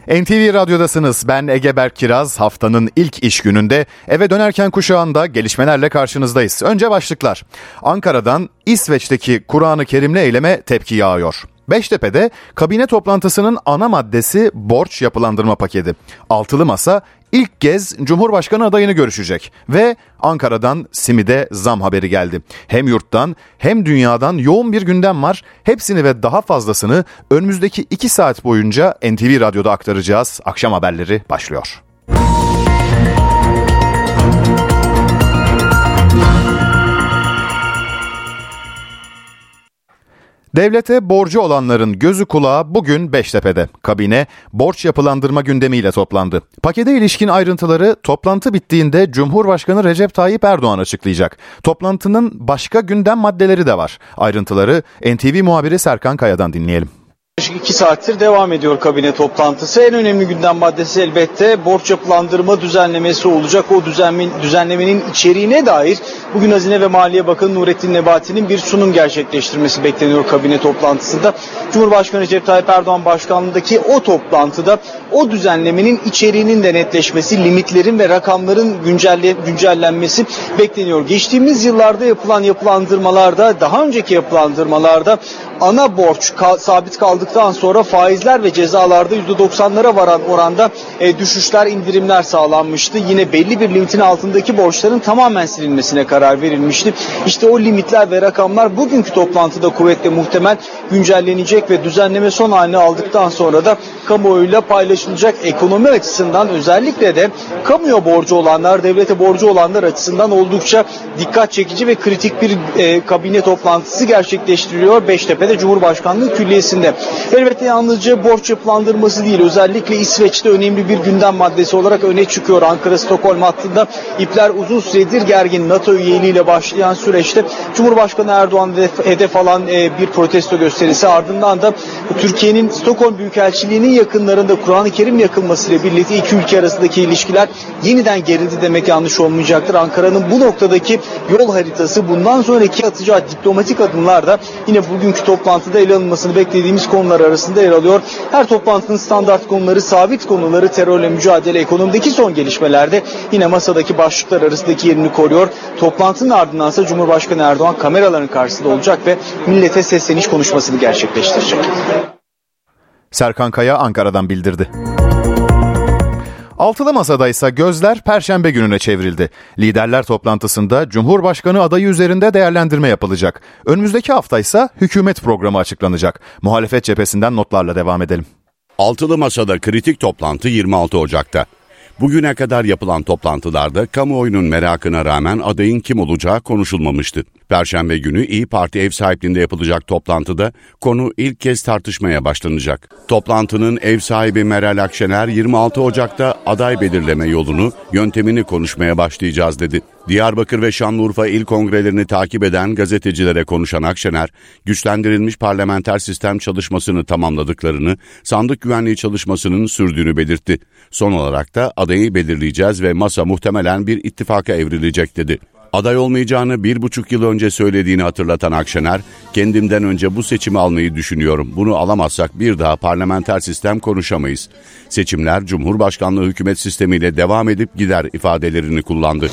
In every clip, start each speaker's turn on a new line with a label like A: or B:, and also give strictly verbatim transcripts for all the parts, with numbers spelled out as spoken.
A: N T V Radyo'dasınız. Ben Ege Berk Kiraz. Haftanın ilk iş gününde eve dönerken kuşağında gelişmelerle karşınızdayız. Önce başlıklar. Ankara'dan İsveç'teki Kur'an-ı Kerimli eyleme tepki yağıyor. Beştepe'de kabine toplantısının ana maddesi borç yapılandırma paketi. Altılı Masa ilk kez Cumhurbaşkanı adayını görüşecek ve Ankara'dan simide zam haberi geldi. Hem yurttan hem dünyadan yoğun bir gündem var. Hepsini ve daha fazlasını önümüzdeki iki saat boyunca N T V Radyo'da aktaracağız. Akşam haberleri başlıyor. Devlete borcu olanların gözü kulağı bugün Beştepe'de. Kabine borç yapılandırma gündemiyle toplandı. Pakete ilişkin ayrıntıları toplantı bittiğinde Cumhurbaşkanı Recep Tayyip Erdoğan açıklayacak. Toplantının başka gündem maddeleri de var. Ayrıntıları N T V muhabiri Serkan Kaya'dan dinleyelim.
B: İki saattir devam ediyor kabine toplantısı. En önemli gündem maddesi elbette borç yapılandırma düzenlemesi olacak. O düzenlemenin içeriğine dair bugün Hazine ve Maliye Bakanı Nurettin Nebati'nin bir sunum gerçekleştirmesi bekleniyor kabine toplantısında. Cumhurbaşkanı Recep Tayyip Erdoğan başkanlığındaki o toplantıda o düzenlemenin içeriğinin de netleşmesi, limitlerin ve rakamların güncelle, güncellenmesi bekleniyor. Geçtiğimiz yıllarda yapılan yapılandırmalarda, daha önceki yapılandırmalarda ana borç ka- sabit kaldıktan sonra faizler ve cezalarda yüzde doksanlara varan oranda e, düşüşler, indirimler sağlanmıştı. Yine belli bir limitin altındaki borçların tamamen silinmesine karar verilmişti. İşte o limitler ve rakamlar bugünkü toplantıda kuvvetle muhtemel güncellenecek ve düzenleme son halini aldıktan sonra da kamuoyuyla paylaşılacak. Ekonomi açısından özellikle de kamuya borcu olanlar, devlete borcu olanlar açısından oldukça dikkat çekici ve kritik bir e, kabine toplantısı gerçekleştiriliyor Beştepe'de Cumhurbaşkanlığı Külliyesi'nde. Elbette yalnızca borç yapılandırması değil, özellikle İsveç'te önemli bir gündem maddesi olarak öne çıkıyor. Ankara-Stockholm hattında ipler uzun süredir gergin. NATO üyeliğiyle başlayan süreçte Cumhurbaşkanı Erdoğan hedef alan bir protesto gösterisi, ardından da Türkiye'nin Stockholm Büyükelçiliği'nin yakınlarında Kur'an-ı Kerim yakılmasıyla birlikte iki ülke arasındaki ilişkiler yeniden gerildi demek yanlış olmayacaktır. Ankara'nın bu noktadaki yol haritası, bundan sonraki atacağı diplomatik adımlar da yine bugünkü toplantıda ele alınmasını beklediğimiz konular arasında yer alıyor. Her toplantının standart konuları, sabit konuları, terörle mücadele, ekonomideki son gelişmelerde yine masadaki başlıklar arasındaki yerini koruyor. Toplantının ardındansa Cumhurbaşkanı Erdoğan kameraların karşısında olacak ve millete sesleniş konuşmasını gerçekleştirecek.
A: Serkan Kaya Ankara'dan bildirdi. Altılı Masa'da ise gözler Perşembe gününe çevrildi. Liderler toplantısında Cumhurbaşkanı adayı üzerinde değerlendirme yapılacak. Önümüzdeki hafta ise hükümet programı açıklanacak. Muhalefet cephesinden notlarla devam edelim.
C: Altılı Masa'da kritik toplantı yirmi altı Ocak'ta. Bugüne kadar yapılan toplantılarda kamuoyunun merakına rağmen adayın kim olacağı konuşulmamıştı. Perşembe günü İYİ Parti ev sahipliğinde yapılacak toplantıda konu ilk kez tartışmaya başlanacak. Toplantının ev sahibi Meral Akşener yirmi altı Ocak'ta aday belirleme yolunu, yöntemini konuşmaya başlayacağız dedi. Diyarbakır ve Şanlıurfa il kongrelerini takip eden gazetecilere konuşan Akşener, güçlendirilmiş parlamenter sistem çalışmasını tamamladıklarını, sandık güvenliği çalışmasının sürdüğünü belirtti. Son olarak da adayı belirleyeceğiz ve masa muhtemelen bir ittifaka evrilecek dedi. Aday olmayacağını bir buçuk yıl önce söylediğini hatırlatan Akşener, kendimden önce bu seçimi almayı düşünüyorum. Bunu alamazsak bir daha parlamenter sistem konuşamayız. Seçimler Cumhurbaşkanlığı hükümet sistemiyle devam edip gider ifadelerini kullandı.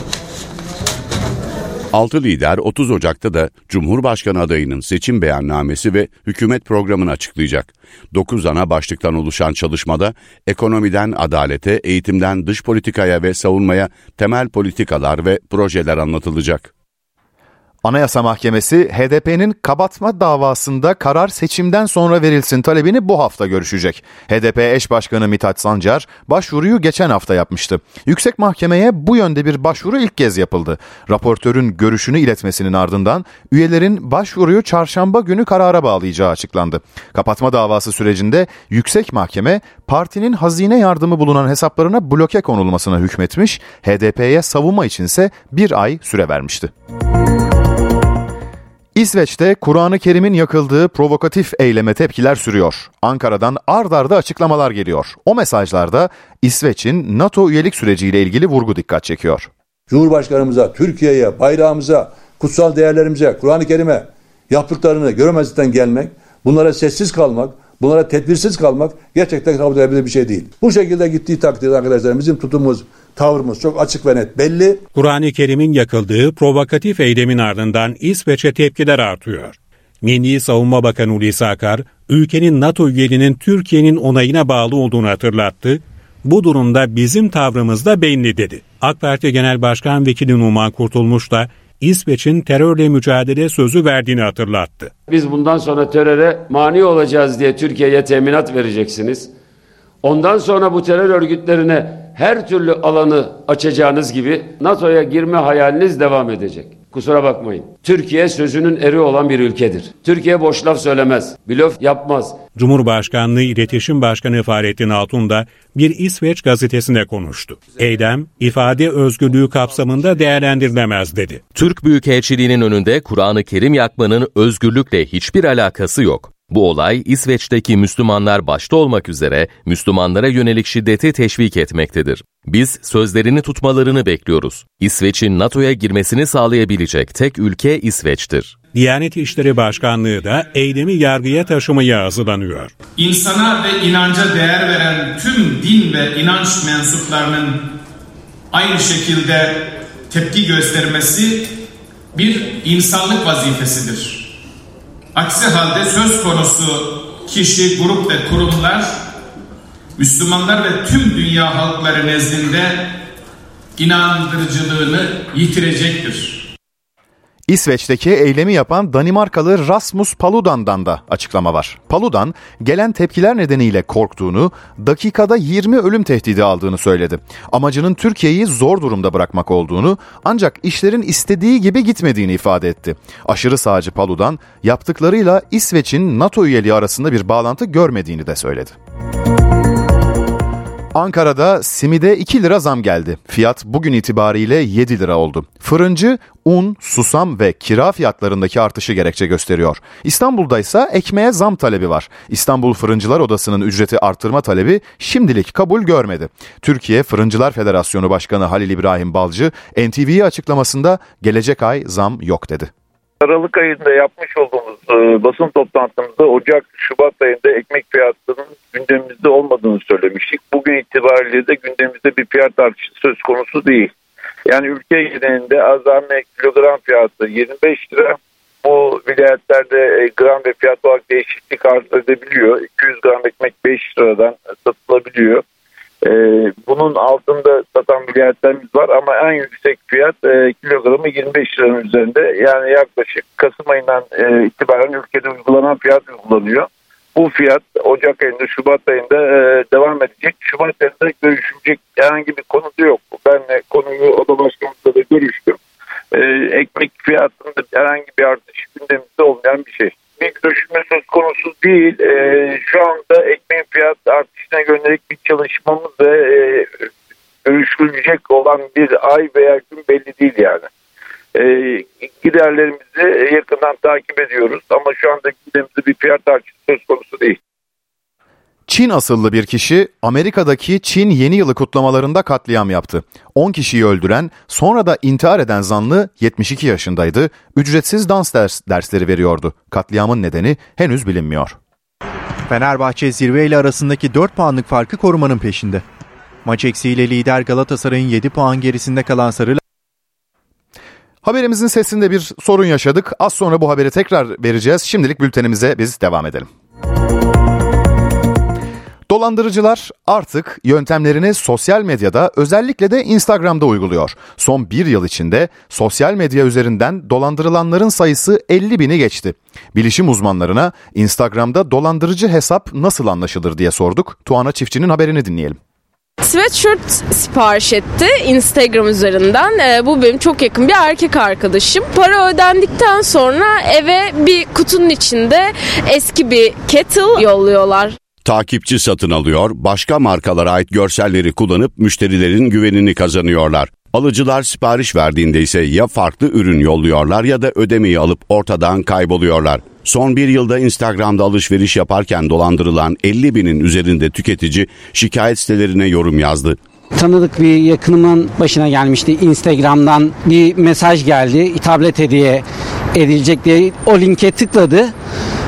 C: Altı lider otuz Ocak'ta da Cumhurbaşkanı adayının seçim beyannamesi ve hükümet programını açıklayacak. dokuz ana başlıktan oluşan çalışmada ekonomiden adalete, eğitimden dış politikaya ve savunmaya temel politikalar ve projeler anlatılacak.
A: Anayasa Mahkemesi H D P'nin kapatma davasında karar seçimden sonra verilsin talebini bu hafta görüşecek. H D P eş başkanı Mithat Sancar başvuruyu geçen hafta yapmıştı. Yüksek Mahkeme'ye bu yönde bir başvuru ilk kez yapıldı. Raportörün görüşünü iletmesinin ardından üyelerin başvuruyu çarşamba günü karara bağlayacağı açıklandı. Kapatma davası sürecinde Yüksek Mahkeme partinin hazine yardımı bulunan hesaplarına bloke konulmasına hükmetmiş, H D P'ye savunma içinse bir ay süre vermişti. İsveç'te Kur'an-ı Kerim'in yakıldığı provokatif eyleme tepkiler sürüyor. Ankara'dan ard arda açıklamalar geliyor. O mesajlarda İsveç'in NATO üyelik süreciyle ilgili vurgu dikkat çekiyor.
D: Cumhurbaşkanımıza, Türkiye'ye, bayrağımıza, kutsal değerlerimize, Kur'an-ı Kerim'e yaptıklarını göremezlikten gelmek, bunlara sessiz kalmak, bunlara tedbirsiz kalmak gerçekten kabul edilebilir bir şey değil. Bu şekilde gittiği takdirde arkadaşlar bizim tutumumuz, tavrımız çok açık ve net belli.
E: Kur'an-ı Kerim'in yakıldığı provokatif eylemin ardından İsveç'e tepkiler artıyor. Milli Savunma Bakanı Hulusi Akar, ülkenin NATO üyeliğinin Türkiye'nin onayına bağlı olduğunu hatırlattı. Bu durumda bizim tavrımız da belli dedi. AK Parti Genel Başkan Vekili Numan Kurtulmuş da İsveç'in terörle mücadele sözü verdiğini hatırlattı.
F: Biz bundan sonra teröre mani olacağız diye Türkiye'ye teminat vereceksiniz. Ondan sonra bu terör örgütlerine her türlü alanı açacağınız gibi NATO'ya girme hayaliniz devam edecek. Kusura bakmayın. Türkiye sözünün eri olan bir ülkedir. Türkiye boş laf söylemez, blöf yapmaz.
E: Cumhurbaşkanlığı İletişim Başkanı Fahrettin Altun da bir İsveç gazetesine konuştu. Eylem, ifade özgürlüğü kapsamında değerlendirilemez dedi.
G: Türk Büyükelçiliği'nin önünde Kur'an-ı Kerim yakmanın özgürlükle hiçbir alakası yok. Bu olay İsveç'teki Müslümanlar başta olmak üzere Müslümanlara yönelik şiddeti teşvik etmektedir. Biz sözlerini tutmalarını bekliyoruz. İsveç'in NATO'ya girmesini sağlayabilecek tek ülke İsveç'tir.
E: Diyanet İşleri Başkanlığı da eylemi yargıya taşımaya hazırlanıyor.
H: İnsana ve inanca değer veren tüm din ve inanç mensuplarının aynı şekilde tepki göstermesi bir insanlık vazifesidir. Aksi halde söz konusu kişi, grup ve kurumlar Müslümanlar ve tüm dünya halkları nezdinde inandırıcılığını yitirecektir.
A: İsveç'teki eylemi yapan Danimarkalı Rasmus Paludan'dan da açıklama var. Paludan, gelen tepkiler nedeniyle korktuğunu, dakikada yirmi ölüm tehdidi aldığını söyledi. Amacının Türkiye'yi zor durumda bırakmak olduğunu, ancak işlerin istediği gibi gitmediğini ifade etti. Aşırı sağcı Paludan, yaptıklarıyla İsveç'in NATO üyeliği arasında bir bağlantı görmediğini de söyledi. Ankara'da simide iki lira zam geldi. Fiyat bugün itibariyle yedi lira oldu. Fırıncı un, susam ve kira fiyatlarındaki artışı gerekçe gösteriyor. İstanbul'da ise ekmeğe zam talebi var. İstanbul Fırıncılar Odası'nın ücreti artırma talebi şimdilik kabul görmedi. Türkiye Fırıncılar Federasyonu Başkanı Halil İbrahim Balcı N T V'ye açıklamasında gelecek ay zam yok dedi.
I: Aralık ayında yapmış olduğumuz e, basın toplantımızda Ocak, Şubat ayında ekmek fiyatlarının gündemimizde olmadığını söylemiştik. Bugün itibariyle de gündemimizde bir fiyat artışı söz konusu değil. Yani ülke genelinde azami kilogram fiyatı yirmi beş lira. Bu vilayetlerde e, gram ve fiyat olarak değişiklik arz edebiliyor. iki yüz gram ekmek beş liradan satılabiliyor. Ee, bunun altında satan vilayetlerimiz var ama en yüksek fiyat e, kilogramı yirmi beş liranın üzerinde. Yani yaklaşık Kasım ayından e, itibaren ülkede uygulanan fiyat uygulanıyor. Bu fiyat Ocak ayında, Şubat ayında e, devam edecek. Şubat ayında görüşülecek herhangi bir konu da yok. Ben de konuyu oda başkanımızla da görüştüm. E, ekmek fiyatında herhangi bir artış gündemimizde olmayan bir şey. Bir görüşme söz konusu değil. Ee, şu anda ekmeğin fiyat artışına yönelik bir çalışmamız ve e, görüşülecek olan bir ay veya gün belli değil yani. E, giderlerimizi yakından takip ediyoruz ama şu anda gündemimizde bir fiyat artışı söz konusu değil.
A: Çin asıllı bir kişi Amerika'daki Çin Yeni Yılı kutlamalarında katliam yaptı. on kişiyi öldüren, sonra da intihar eden zanlı yetmiş iki yaşındaydı. Ücretsiz dans ders, dersleri veriyordu. Katliamın nedeni henüz bilinmiyor.
J: Fenerbahçe zirveyle arasındaki dört puanlık farkı korumanın peşinde. Maç eksiğiyle lider Galatasaray'ın yedi puan gerisinde kalan Sarı.
A: Haberimizin sesinde bir sorun yaşadık. Az sonra bu haberi tekrar vereceğiz. Şimdilik bültenimize biz devam edelim. Dolandırıcılar artık yöntemlerini sosyal medyada, özellikle de Instagram'da uyguluyor. Son bir yıl içinde sosyal medya üzerinden dolandırılanların sayısı elli bini geçti. Bilişim uzmanlarına Instagram'da dolandırıcı hesap nasıl anlaşılır diye sorduk. Tuana Çiftçi'nin haberini dinleyelim.
K: Sweatshirt sipariş etti Instagram üzerinden. Ee, bu benim çok yakın bir erkek arkadaşım. Para ödendikten sonra eve bir kutunun içinde eski bir kettle yolluyorlar.
C: Takipçi satın alıyor, başka markalara ait görselleri kullanıp müşterilerin güvenini kazanıyorlar. Alıcılar sipariş verdiğinde ise ya farklı ürün yolluyorlar ya da ödemeyi alıp ortadan kayboluyorlar. Son bir yılda Instagram'da alışveriş yaparken dolandırılan elli binin üzerinde tüketici şikayet sitelerine yorum yazdı.
L: Tanıdık bir yakınımın başına gelmişti. Instagram'dan bir mesaj geldi. Tablet hediye edilecek diye o linke tıkladı.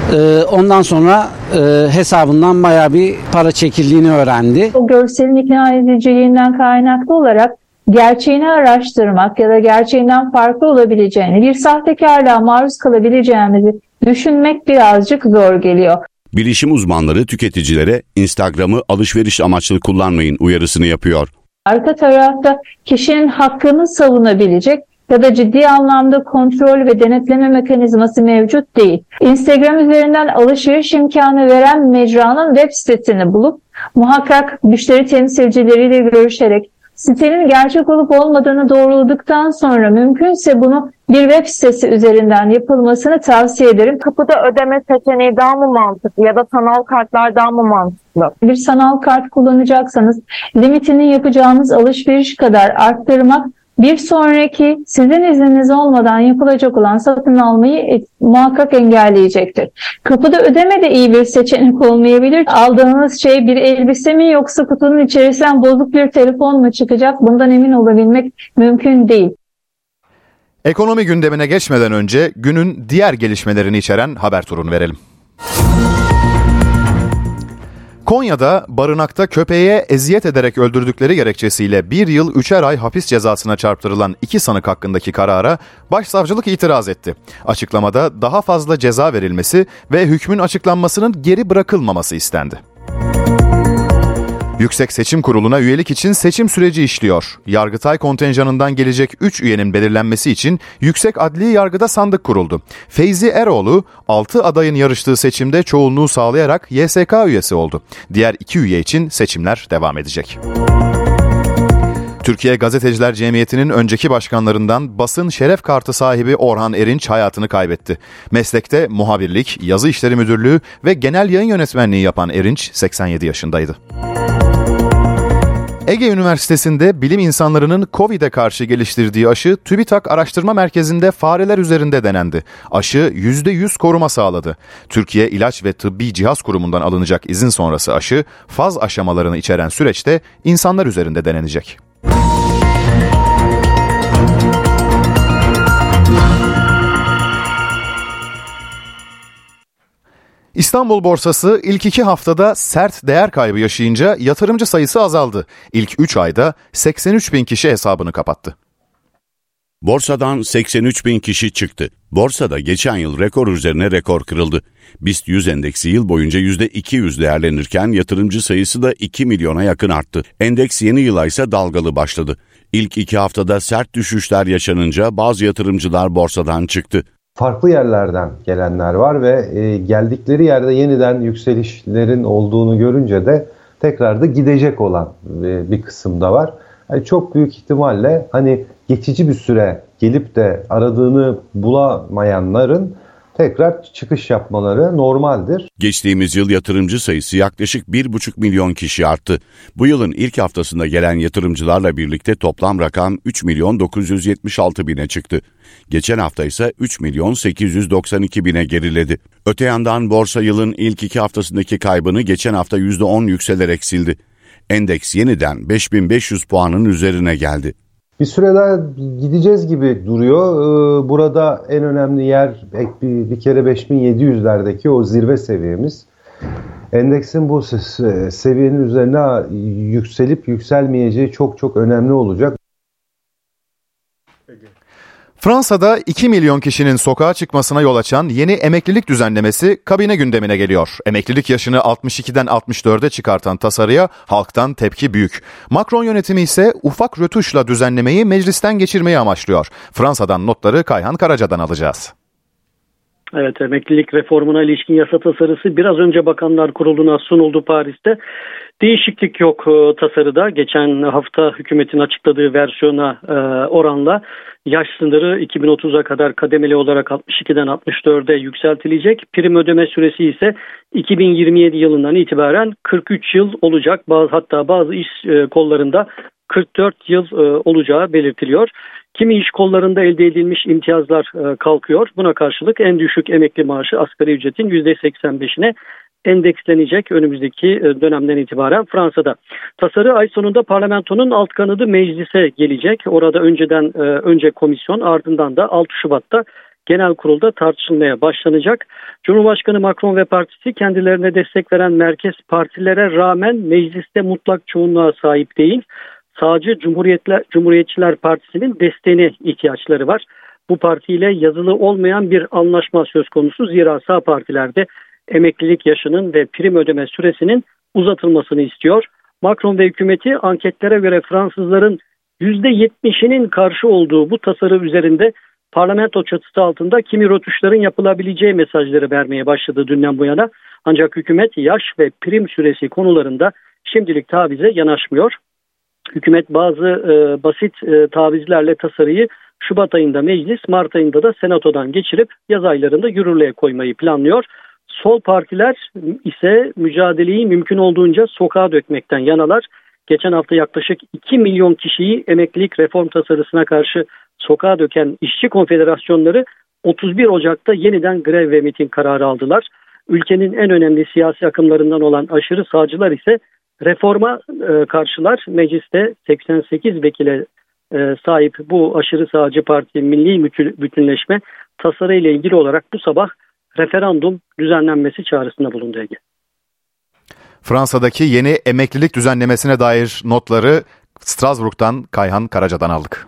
L: Ondan sonra hesabından bayağı bir para çekildiğini öğrendi.
M: O görselin ikna ediciliğinden kaynaklı olarak gerçeğini araştırmak ya da gerçeğinden farklı olabileceğini, bir sahtekarlığa maruz kalabileceğimizi düşünmek birazcık zor geliyor.
C: Bilişim uzmanları tüketicilere Instagram'ı alışveriş amaçlı kullanmayın uyarısını yapıyor.
M: Arka tarafta kişinin hakkını savunabilecek ya da ciddi anlamda kontrol ve denetleme mekanizması mevcut değil. Instagram üzerinden alışveriş imkanı veren mecranın web sitesini bulup muhakkak müşteri temsilcileriyle görüşerek sitenin gerçek olup olmadığını doğruladıktan sonra mümkünse bunu bir web sitesi üzerinden yapılmasını tavsiye ederim.
N: Kapıda ödeme seçeneği daha mı mantıklı ya da sanal kartlar daha mı mantıklı?
M: Bir sanal kart kullanacaksanız limitini yapacağınız alışveriş kadar arttırmak bir sonraki sizin izniniz olmadan yapılacak olan satın almayı et, muhakkak engelleyecektir. Kapıda ödeme de iyi bir seçenek olmayabilir. Aldığınız şey bir elbise mi yoksa kutunun içerisinden bozuk bir telefon mu çıkacak? Bundan emin olabilmek mümkün değil.
A: Ekonomi gündemine geçmeden önce günün diğer gelişmelerini içeren haber turunu verelim. Konya'da barınakta köpeğe eziyet ederek öldürdükleri gerekçesiyle bir yıl üçer ay hapis cezasına çarptırılan iki sanık hakkındaki karara başsavcılık itiraz etti. Açıklamada daha fazla ceza verilmesi ve hükmün açıklanmasının geri bırakılmaması istendi. Yüksek Seçim Kurulu'na üyelik için seçim süreci işliyor. Yargıtay kontenjanından gelecek üç üyenin belirlenmesi için Yüksek Adli Yargı'da sandık kuruldu. Feyzi Eroğlu altı adayın yarıştığı seçimde çoğunluğu sağlayarak Y S K üyesi oldu. Diğer iki üye için seçimler devam edecek. Türkiye Gazeteciler Cemiyeti'nin önceki başkanlarından basın şeref kartı sahibi Orhan Erinç hayatını kaybetti. Meslekte muhabirlik, yazı işleri müdürlüğü ve genel yayın yönetmenliği yapan Erinç seksen yedi yaşındaydı. Ege Üniversitesi'nde bilim insanlarının Covid'e karşı geliştirdiği aşı TÜBİTAK Araştırma Merkezi'nde fareler üzerinde denendi. Aşı yüzde yüz koruma sağladı. Türkiye İlaç ve Tıbbi Cihaz Kurumu'ndan alınacak izin sonrası aşı, faz aşamalarını içeren süreçte insanlar üzerinde denenecek. İstanbul borsası ilk iki haftada sert değer kaybı yaşayınca yatırımcı sayısı azaldı. İlk üç ayda seksen üç bin kişi hesabını kapattı.
C: Borsadan seksen üç bin kişi çıktı. Borsada geçen yıl rekor üzerine rekor kırıldı. BIST yüz endeksi yıl boyunca yüzde iki yüz değerlenirken yatırımcı sayısı da iki milyona yakın arttı. Endeks yeni yıla ise dalgalı başladı. İlk iki haftada sert düşüşler yaşanınca bazı yatırımcılar borsadan çıktı.
O: Farklı yerlerden gelenler var ve e, geldikleri yerde yeniden yükselişlerin olduğunu görünce de tekrar da gidecek olan e, bir kısım da var. Yani çok büyük ihtimalle hani geçici bir süre gelip de aradığını bulamayanların tekrar çıkış yapmaları normaldir.
C: Geçtiğimiz yıl yatırımcı sayısı yaklaşık bir buçuk milyon kişi arttı. Bu yılın ilk haftasında gelen yatırımcılarla birlikte toplam rakam üç milyon dokuz yüz yetmiş altı bine çıktı. Geçen hafta ise üç milyon sekiz yüz doksan iki bine geriledi. Öte yandan borsa yılın ilk iki haftasındaki kaybını geçen hafta yüzde on yükselerek sildi. Endeks yeniden beş bin beş yüz puanın üzerine geldi.
O: Bir süre daha gideceğiz gibi duruyor. Burada en önemli yer bir, bir kere beş bin yedi yüzlerdeki o zirve seviyemiz. Endeksin bu seviyenin üzerine yükselip yükselmeyeceği çok çok önemli olacak.
A: Fransa'da iki milyon kişinin sokağa çıkmasına yol açan yeni emeklilik düzenlemesi kabine gündemine geliyor. Emeklilik yaşını altmış ikiden altmış dörde çıkartan tasarıya halktan tepki büyük. Macron yönetimi ise ufak rötuşla düzenlemeyi meclisten geçirmeyi amaçlıyor. Fransa'dan notları Kayhan Karaca'dan alacağız.
P: Evet, emeklilik reformuna ilişkin yasa tasarısı biraz önce Bakanlar Kurulu'na sunuldu Paris'te. Değişiklik yok e, tasarıda. Geçen hafta hükümetin açıkladığı versiyona e, oranla yaş sınırı iki bin otuza kadar kademeli olarak altmış ikiden altmış dörde yükseltilecek. Prim ödeme süresi ise iki bin yirmi yedi yılından itibaren kırk üç yıl olacak. Bazı hatta bazı iş e, kollarında kırk dört yıl e, olacağı belirtiliyor. Kimi iş kollarında elde edilmiş imtiyazlar e, kalkıyor. Buna karşılık en düşük emekli maaşı asgari ücretin yüzde seksen beşine endekslenecek önümüzdeki dönemden itibaren Fransa'da. Tasarı ay sonunda parlamentonun alt kanadı meclise gelecek. Orada önceden önce komisyon ardından da altı Şubat'ta genel kurulda tartışılmaya başlanacak. Cumhurbaşkanı Macron ve partisi kendilerine destek veren merkez partilere rağmen mecliste mutlak çoğunluğa sahip değil. Sağcı Cumhuriyetler, Cumhuriyetçiler Partisi'nin desteğine ihtiyaçları var. Bu partiyle yazılı olmayan bir anlaşma söz konusu. Zira sağ partilerde emeklilik yaşının ve prim ödeme süresinin uzatılmasını istiyor. Macron ve hükümeti anketlere göre Fransızların yüzde yetmişinin karşı olduğu bu tasarı üzerinde parlamento çatısı altında kimi rötuşların yapılabileceği mesajları vermeye başladı dünden bu yana. Ancak hükümet yaş ve prim süresi konularında şimdilik tavize yanaşmıyor. Hükümet bazı e, basit e, tavizlerle tasarıyı Şubat ayında meclis, Mart ayında da senatodan geçirip yaz aylarında yürürlüğe koymayı planlıyor. Sol partiler ise mücadeleyi mümkün olduğunca sokağa dökmekten yanalar. Geçen hafta yaklaşık iki milyon kişiyi emeklilik reform tasarısına karşı sokağa döken işçi konfederasyonları otuz bir Ocak'ta yeniden grev ve miting kararı aldılar. Ülkenin en önemli siyasi akımlarından olan aşırı sağcılar ise reforma e, karşılar. Mecliste seksen sekiz vekile e, sahip bu aşırı sağcı parti milli bütünleşme tasarı ile ilgili olarak bu sabah referandum düzenlenmesi çağrısında bulundu Ege.
A: Fransa'daki yeni emeklilik düzenlemesine dair notları Strasbourg'dan Kayhan Karaca'dan aldık.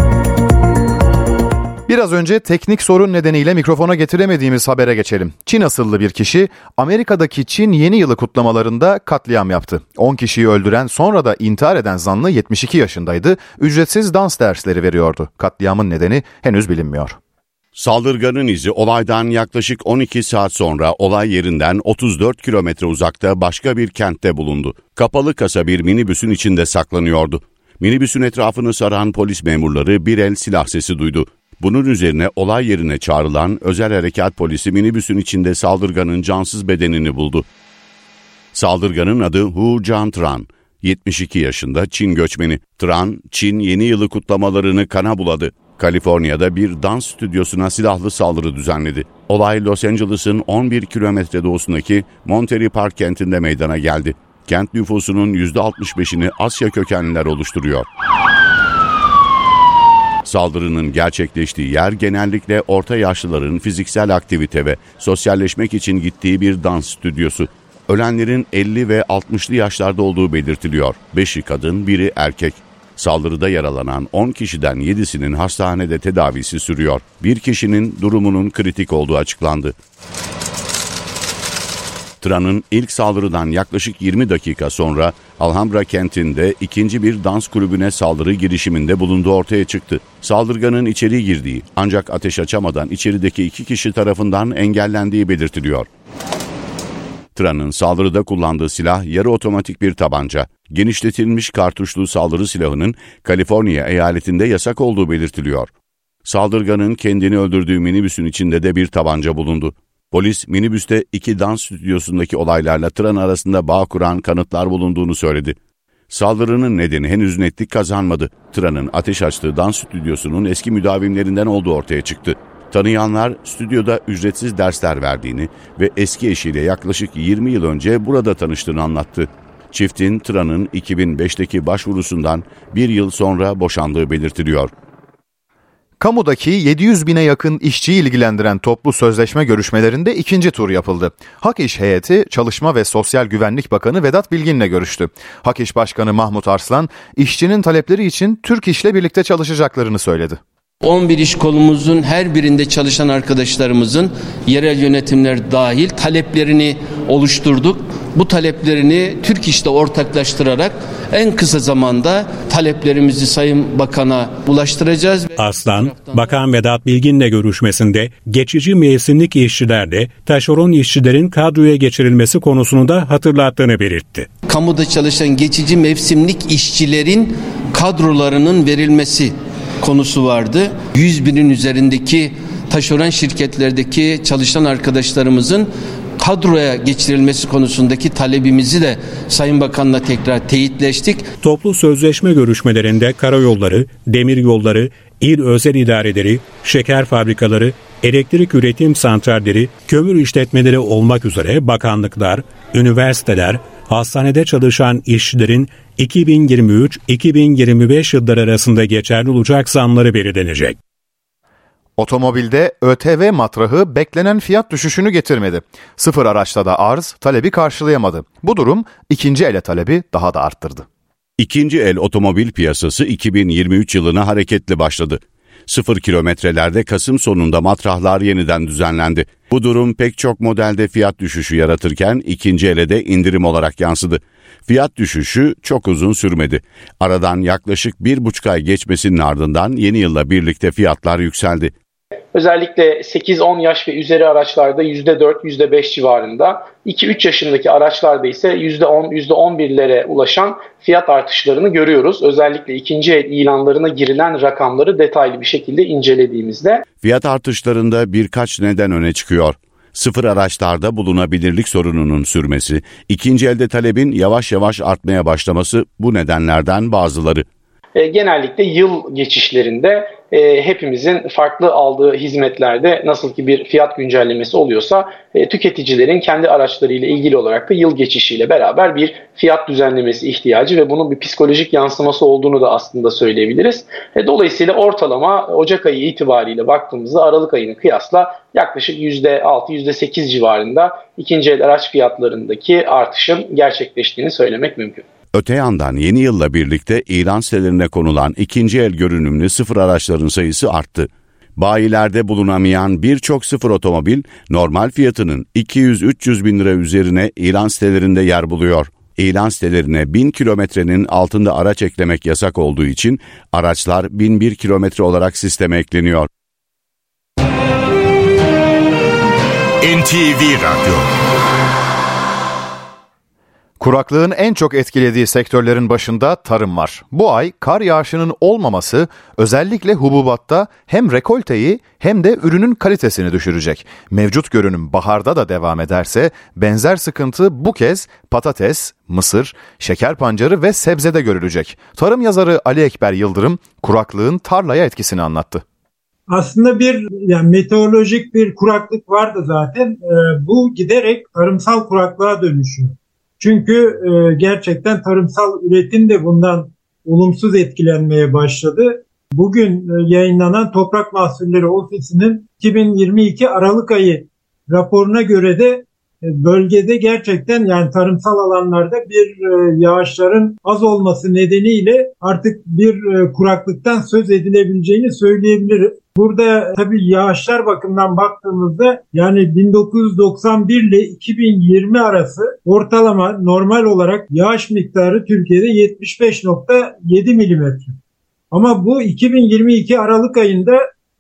A: Biraz önce teknik sorun nedeniyle mikrofona getiremediğimiz habere geçelim. Çin asıllı bir kişi Amerika'daki Çin Yeni Yılı kutlamalarında katliam yaptı. on kişiyi öldüren sonra da intihar eden zanlı yetmiş iki yaşındaydı. Ücretsiz dans dersleri veriyordu. Katliamın nedeni henüz bilinmiyor.
C: Saldırganın izi olaydan yaklaşık on iki saat sonra olay yerinden otuz dört kilometre uzakta başka bir kentte bulundu. Kapalı kasa bir minibüsün içinde saklanıyordu. Minibüsün etrafını saran polis memurları bir el silah sesi duydu. Bunun üzerine olay yerine çağrılan özel harekat polisi minibüsün içinde saldırganın cansız bedenini buldu. Saldırganın adı Hu Jiantran, yetmiş iki yaşında Çin göçmeni. Tran, Çin Yeni Yılı kutlamalarını kana buladı. Kaliforniya'da bir dans stüdyosuna silahlı saldırı düzenledi. Olay Los Angeles'ın on bir kilometre doğusundaki Monterey Park kentinde meydana geldi. Kent nüfusunun yüzde altmış beşini Asya kökenliler oluşturuyor. Saldırının gerçekleştiği yer genellikle orta yaşlıların fiziksel aktivite ve sosyalleşmek için gittiği bir dans stüdyosu. Ölenlerin elli ve altmışlı yaşlarda olduğu belirtiliyor. beşi kadın, biri erkek. Saldırıda yaralanan on kişiden yedisinin hastanede tedavisi sürüyor. Bir kişinin durumunun kritik olduğu açıklandı. Tran'ın ilk saldırıdan yaklaşık yirmi dakika sonra Alhambra kentinde ikinci bir dans kulübüne saldırı girişiminde bulunduğu ortaya çıktı. Saldırganın içeri girdiği ancak ateş açamadan içerideki iki kişi tarafından engellendiği belirtiliyor. Tran'ın saldırıda kullandığı silah yarı otomatik bir tabanca. Genişletilmiş kartuşlu saldırı silahının Kaliforniya eyaletinde yasak olduğu belirtiliyor. Saldırganın kendini öldürdüğü minibüsün içinde de bir tabanca bulundu. Polis, minibüste iki dans stüdyosundaki olaylarla Tran arasında bağ kuran kanıtlar bulunduğunu söyledi. Saldırının nedeni henüz netlik kazanmadı. Tran'ın ateş açtığı dans stüdyosunun eski müdavimlerinden olduğu ortaya çıktı. Tanıyanlar stüdyoda ücretsiz dersler verdiğini ve eski eşiyle yaklaşık yirmi yıl önce burada tanıştığını anlattı. Çiftin Tran'ın iki bin beşteki başvurusundan bir yıl sonra boşandığı belirtiliyor.
A: Kamudaki yedi yüz bine yakın işçiyi ilgilendiren toplu sözleşme görüşmelerinde ikinci tur yapıldı. Hak İş heyeti Çalışma ve Sosyal Güvenlik Bakanı Vedat Bilgin'le görüştü. Hak İş Başkanı Mahmut Arslan, işçinin talepleri için Türk İş'le birlikte çalışacaklarını söyledi.
Q: on bir iş kolumuzun her birinde çalışan arkadaşlarımızın yerel yönetimler dahil taleplerini oluşturduk. Bu taleplerini Türk İş'le ortaklaştırarak en kısa zamanda taleplerimizi Sayın Bakan'a ulaştıracağız.
E: Arslan, Bakan Vedat Bilgin'le görüşmesinde geçici mevsimlik işçilerde taşeron işçilerin kadroya geçirilmesi konusunu da hatırlattığını belirtti.
Q: Kamuda çalışan geçici mevsimlik işçilerin kadrolarının verilmesi konusu vardı. yüz binin üzerindeki taşeron şirketlerdeki çalışan arkadaşlarımızın kadroya geçirilmesi konusundaki talebimizi de Sayın Bakan'la tekrar teyitleştik.
E: Toplu sözleşme görüşmelerinde karayolları, demiryolları, il özel idareleri, şeker fabrikaları, elektrik üretim santralleri, kömür işletmeleri olmak üzere bakanlıklar, üniversiteler, hastanede çalışan işçilerin iki bin yirmi üç iki bin yirmi beş yılları arasında geçerli olacak zamları belirlenecek.
A: Otomobilde ÖTV matrahı beklenen fiyat düşüşünü getirmedi. Sıfır araçta da arz talebi karşılayamadı. Bu durum ikinci ele talebi daha da arttırdı.
C: İkinci el otomobil piyasası iki bin yirmi üç yılına hareketli başladı. Sıfır kilometrelerde Kasım sonunda matrahlar yeniden düzenlendi. Bu durum pek çok modelde fiyat düşüşü yaratırken ikinci ele de indirim olarak yansıdı. Fiyat düşüşü çok uzun sürmedi. Aradan yaklaşık bir buçuk ay geçmesinin ardından yeni yılla birlikte fiyatlar yükseldi.
R: Özellikle sekiz on yaş ve üzeri araçlarda yüzde dört yüzde beş civarında, iki üç yaşındaki araçlarda ise yüzde on yüzde on birlere ulaşan fiyat artışlarını görüyoruz. Özellikle ikinci el ilanlarına girilen rakamları detaylı bir şekilde incelediğimizde.
C: Fiyat artışlarında birkaç neden öne çıkıyor. Sıfır araçlarda bulunabilirlik sorununun sürmesi, ikinci elde talebin yavaş yavaş artmaya başlaması bu nedenlerden bazıları.
R: Genellikle yıl geçişlerinde e, hepimizin farklı aldığı hizmetlerde nasıl ki bir fiyat güncellemesi oluyorsa e, tüketicilerin kendi araçlarıyla ilgili olarak da yıl geçişiyle beraber bir fiyat düzenlemesi ihtiyacı ve bunun bir psikolojik yansıması olduğunu da aslında söyleyebiliriz. E, dolayısıyla ortalama Ocak ayı itibariyle baktığımızda Aralık ayına kıyasla yaklaşık yüzde altı yüzde sekiz civarında ikinci el araç fiyatlarındaki artışın gerçekleştiğini söylemek mümkün.
C: Öte yandan yeni yılla birlikte ilan sitelerine konulan ikinci el görünümlü sıfır araçların sayısı arttı. Bayilerde bulunamayan birçok sıfır otomobil normal fiyatının iki yüz üç yüz bin lira üzerine ilan sitelerinde yer buluyor. İlan sitelerine bin kilometrenin altında araç eklemek yasak olduğu için araçlar bin bir kilometre olarak sisteme ekleniyor.
A: N T V Radyo. Kuraklığın en çok etkilediği sektörlerin başında tarım var. Bu ay kar yağışının olmaması özellikle hububatta hem rekolteyi hem de ürünün kalitesini düşürecek. Mevcut görünüm baharda da devam ederse benzer sıkıntı bu kez patates, mısır, şeker pancarı ve sebzede görülecek. Tarım yazarı Ali Ekber Yıldırım kuraklığın tarlaya etkisini anlattı.
S: Aslında bir yani meteorolojik bir kuraklık vardı zaten. Ee, bu giderek tarımsal kuraklığa dönüşüyor. Çünkü e, gerçekten tarımsal üretim de bundan olumsuz etkilenmeye başladı. Bugün e, yayınlanan Toprak Mahsulleri Ofisi'nin iki bin yirmi iki Aralık ayı raporuna göre de e, bölgede gerçekten yani tarımsal alanlarda bir e, yağışların az olması nedeniyle artık bir e, kuraklıktan söz edilebileceğini söyleyebiliriz. Burada tabii yağışlar bakımından baktığımızda yani bin dokuz yüz doksan bir ile iki bin yirmi arası ortalama normal olarak yağış miktarı Türkiye'de yetmiş beş nokta yedi milimetre. Ama bu iki bin yirmi iki Aralık ayında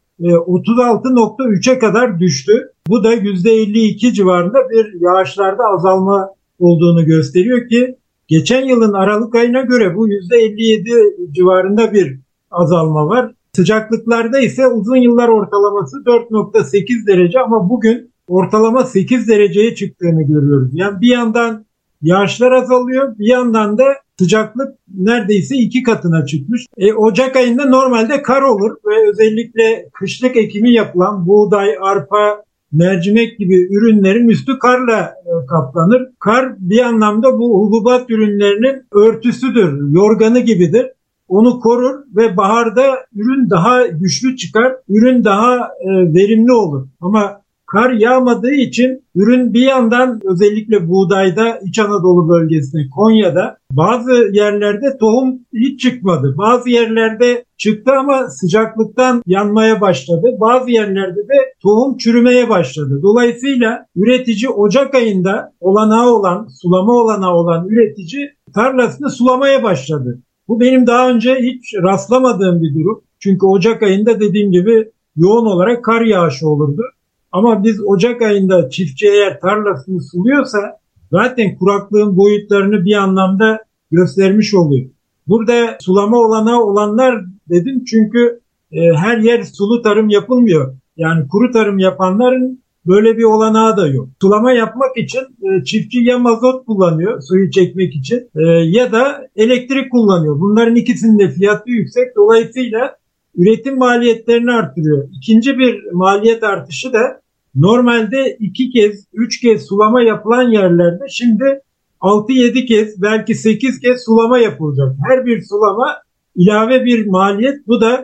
S: otuz altı nokta üçe kadar düştü. Bu da yüzde elli iki civarında bir yağışlarda azalma olduğunu gösteriyor ki geçen yılın Aralık ayına göre bu yüzde elli yedi civarında bir azalma var. Sıcaklıklarda ise uzun yıllar ortalaması dört nokta sekiz derece ama bugün ortalama sekiz dereceye çıktığını görüyoruz. Yani bir yandan yağışlar azalıyor, bir yandan da sıcaklık neredeyse iki katına çıkmış. E, Ocak ayında normalde kar olur ve özellikle kışlık ekimi yapılan buğday, arpa, mercimek gibi ürünlerin üstü karla e, kaplanır. Kar bir anlamda bu hububat ürünlerinin örtüsüdür, yorganı gibidir. Onu korur ve baharda ürün daha güçlü çıkar, ürün daha e, verimli olur. Ama kar yağmadığı için ürün bir yandan özellikle buğdayda İç Anadolu bölgesinde, Konya'da bazı yerlerde tohum hiç çıkmadı. Bazı yerlerde çıktı ama sıcaklıktan yanmaya başladı. Bazı yerlerde de tohum çürümeye başladı. Dolayısıyla üretici Ocak ayında olanağı olan, sulama olanağı olan üretici tarlasını sulamaya başladı. Bu benim daha önce hiç rastlamadığım bir durum. Çünkü Ocak ayında dediğim gibi yoğun olarak kar yağışı olurdu. Ama biz Ocak ayında çiftçi eğer tarlasını suluyorsa zaten kuraklığın boyutlarını bir anlamda göstermiş oluyor. Burada sulama olanağı olanlar dedim çünkü e, her yer sulu tarım yapılmıyor. Yani kuru tarım yapanların böyle bir olanağı da yok. Sulama yapmak için e, çiftçi ya mazot kullanıyor suyu çekmek için e, ya da elektrik kullanıyor. Bunların ikisinin de fiyatı yüksek. Dolayısıyla üretim maliyetlerini artırıyor. İkinci bir maliyet artışı da normalde iki kez, üç kez sulama yapılan yerlerde şimdi altı yedi kez, belki sekiz kez sulama yapılacak. Her bir sulama ilave bir maliyet. Bu da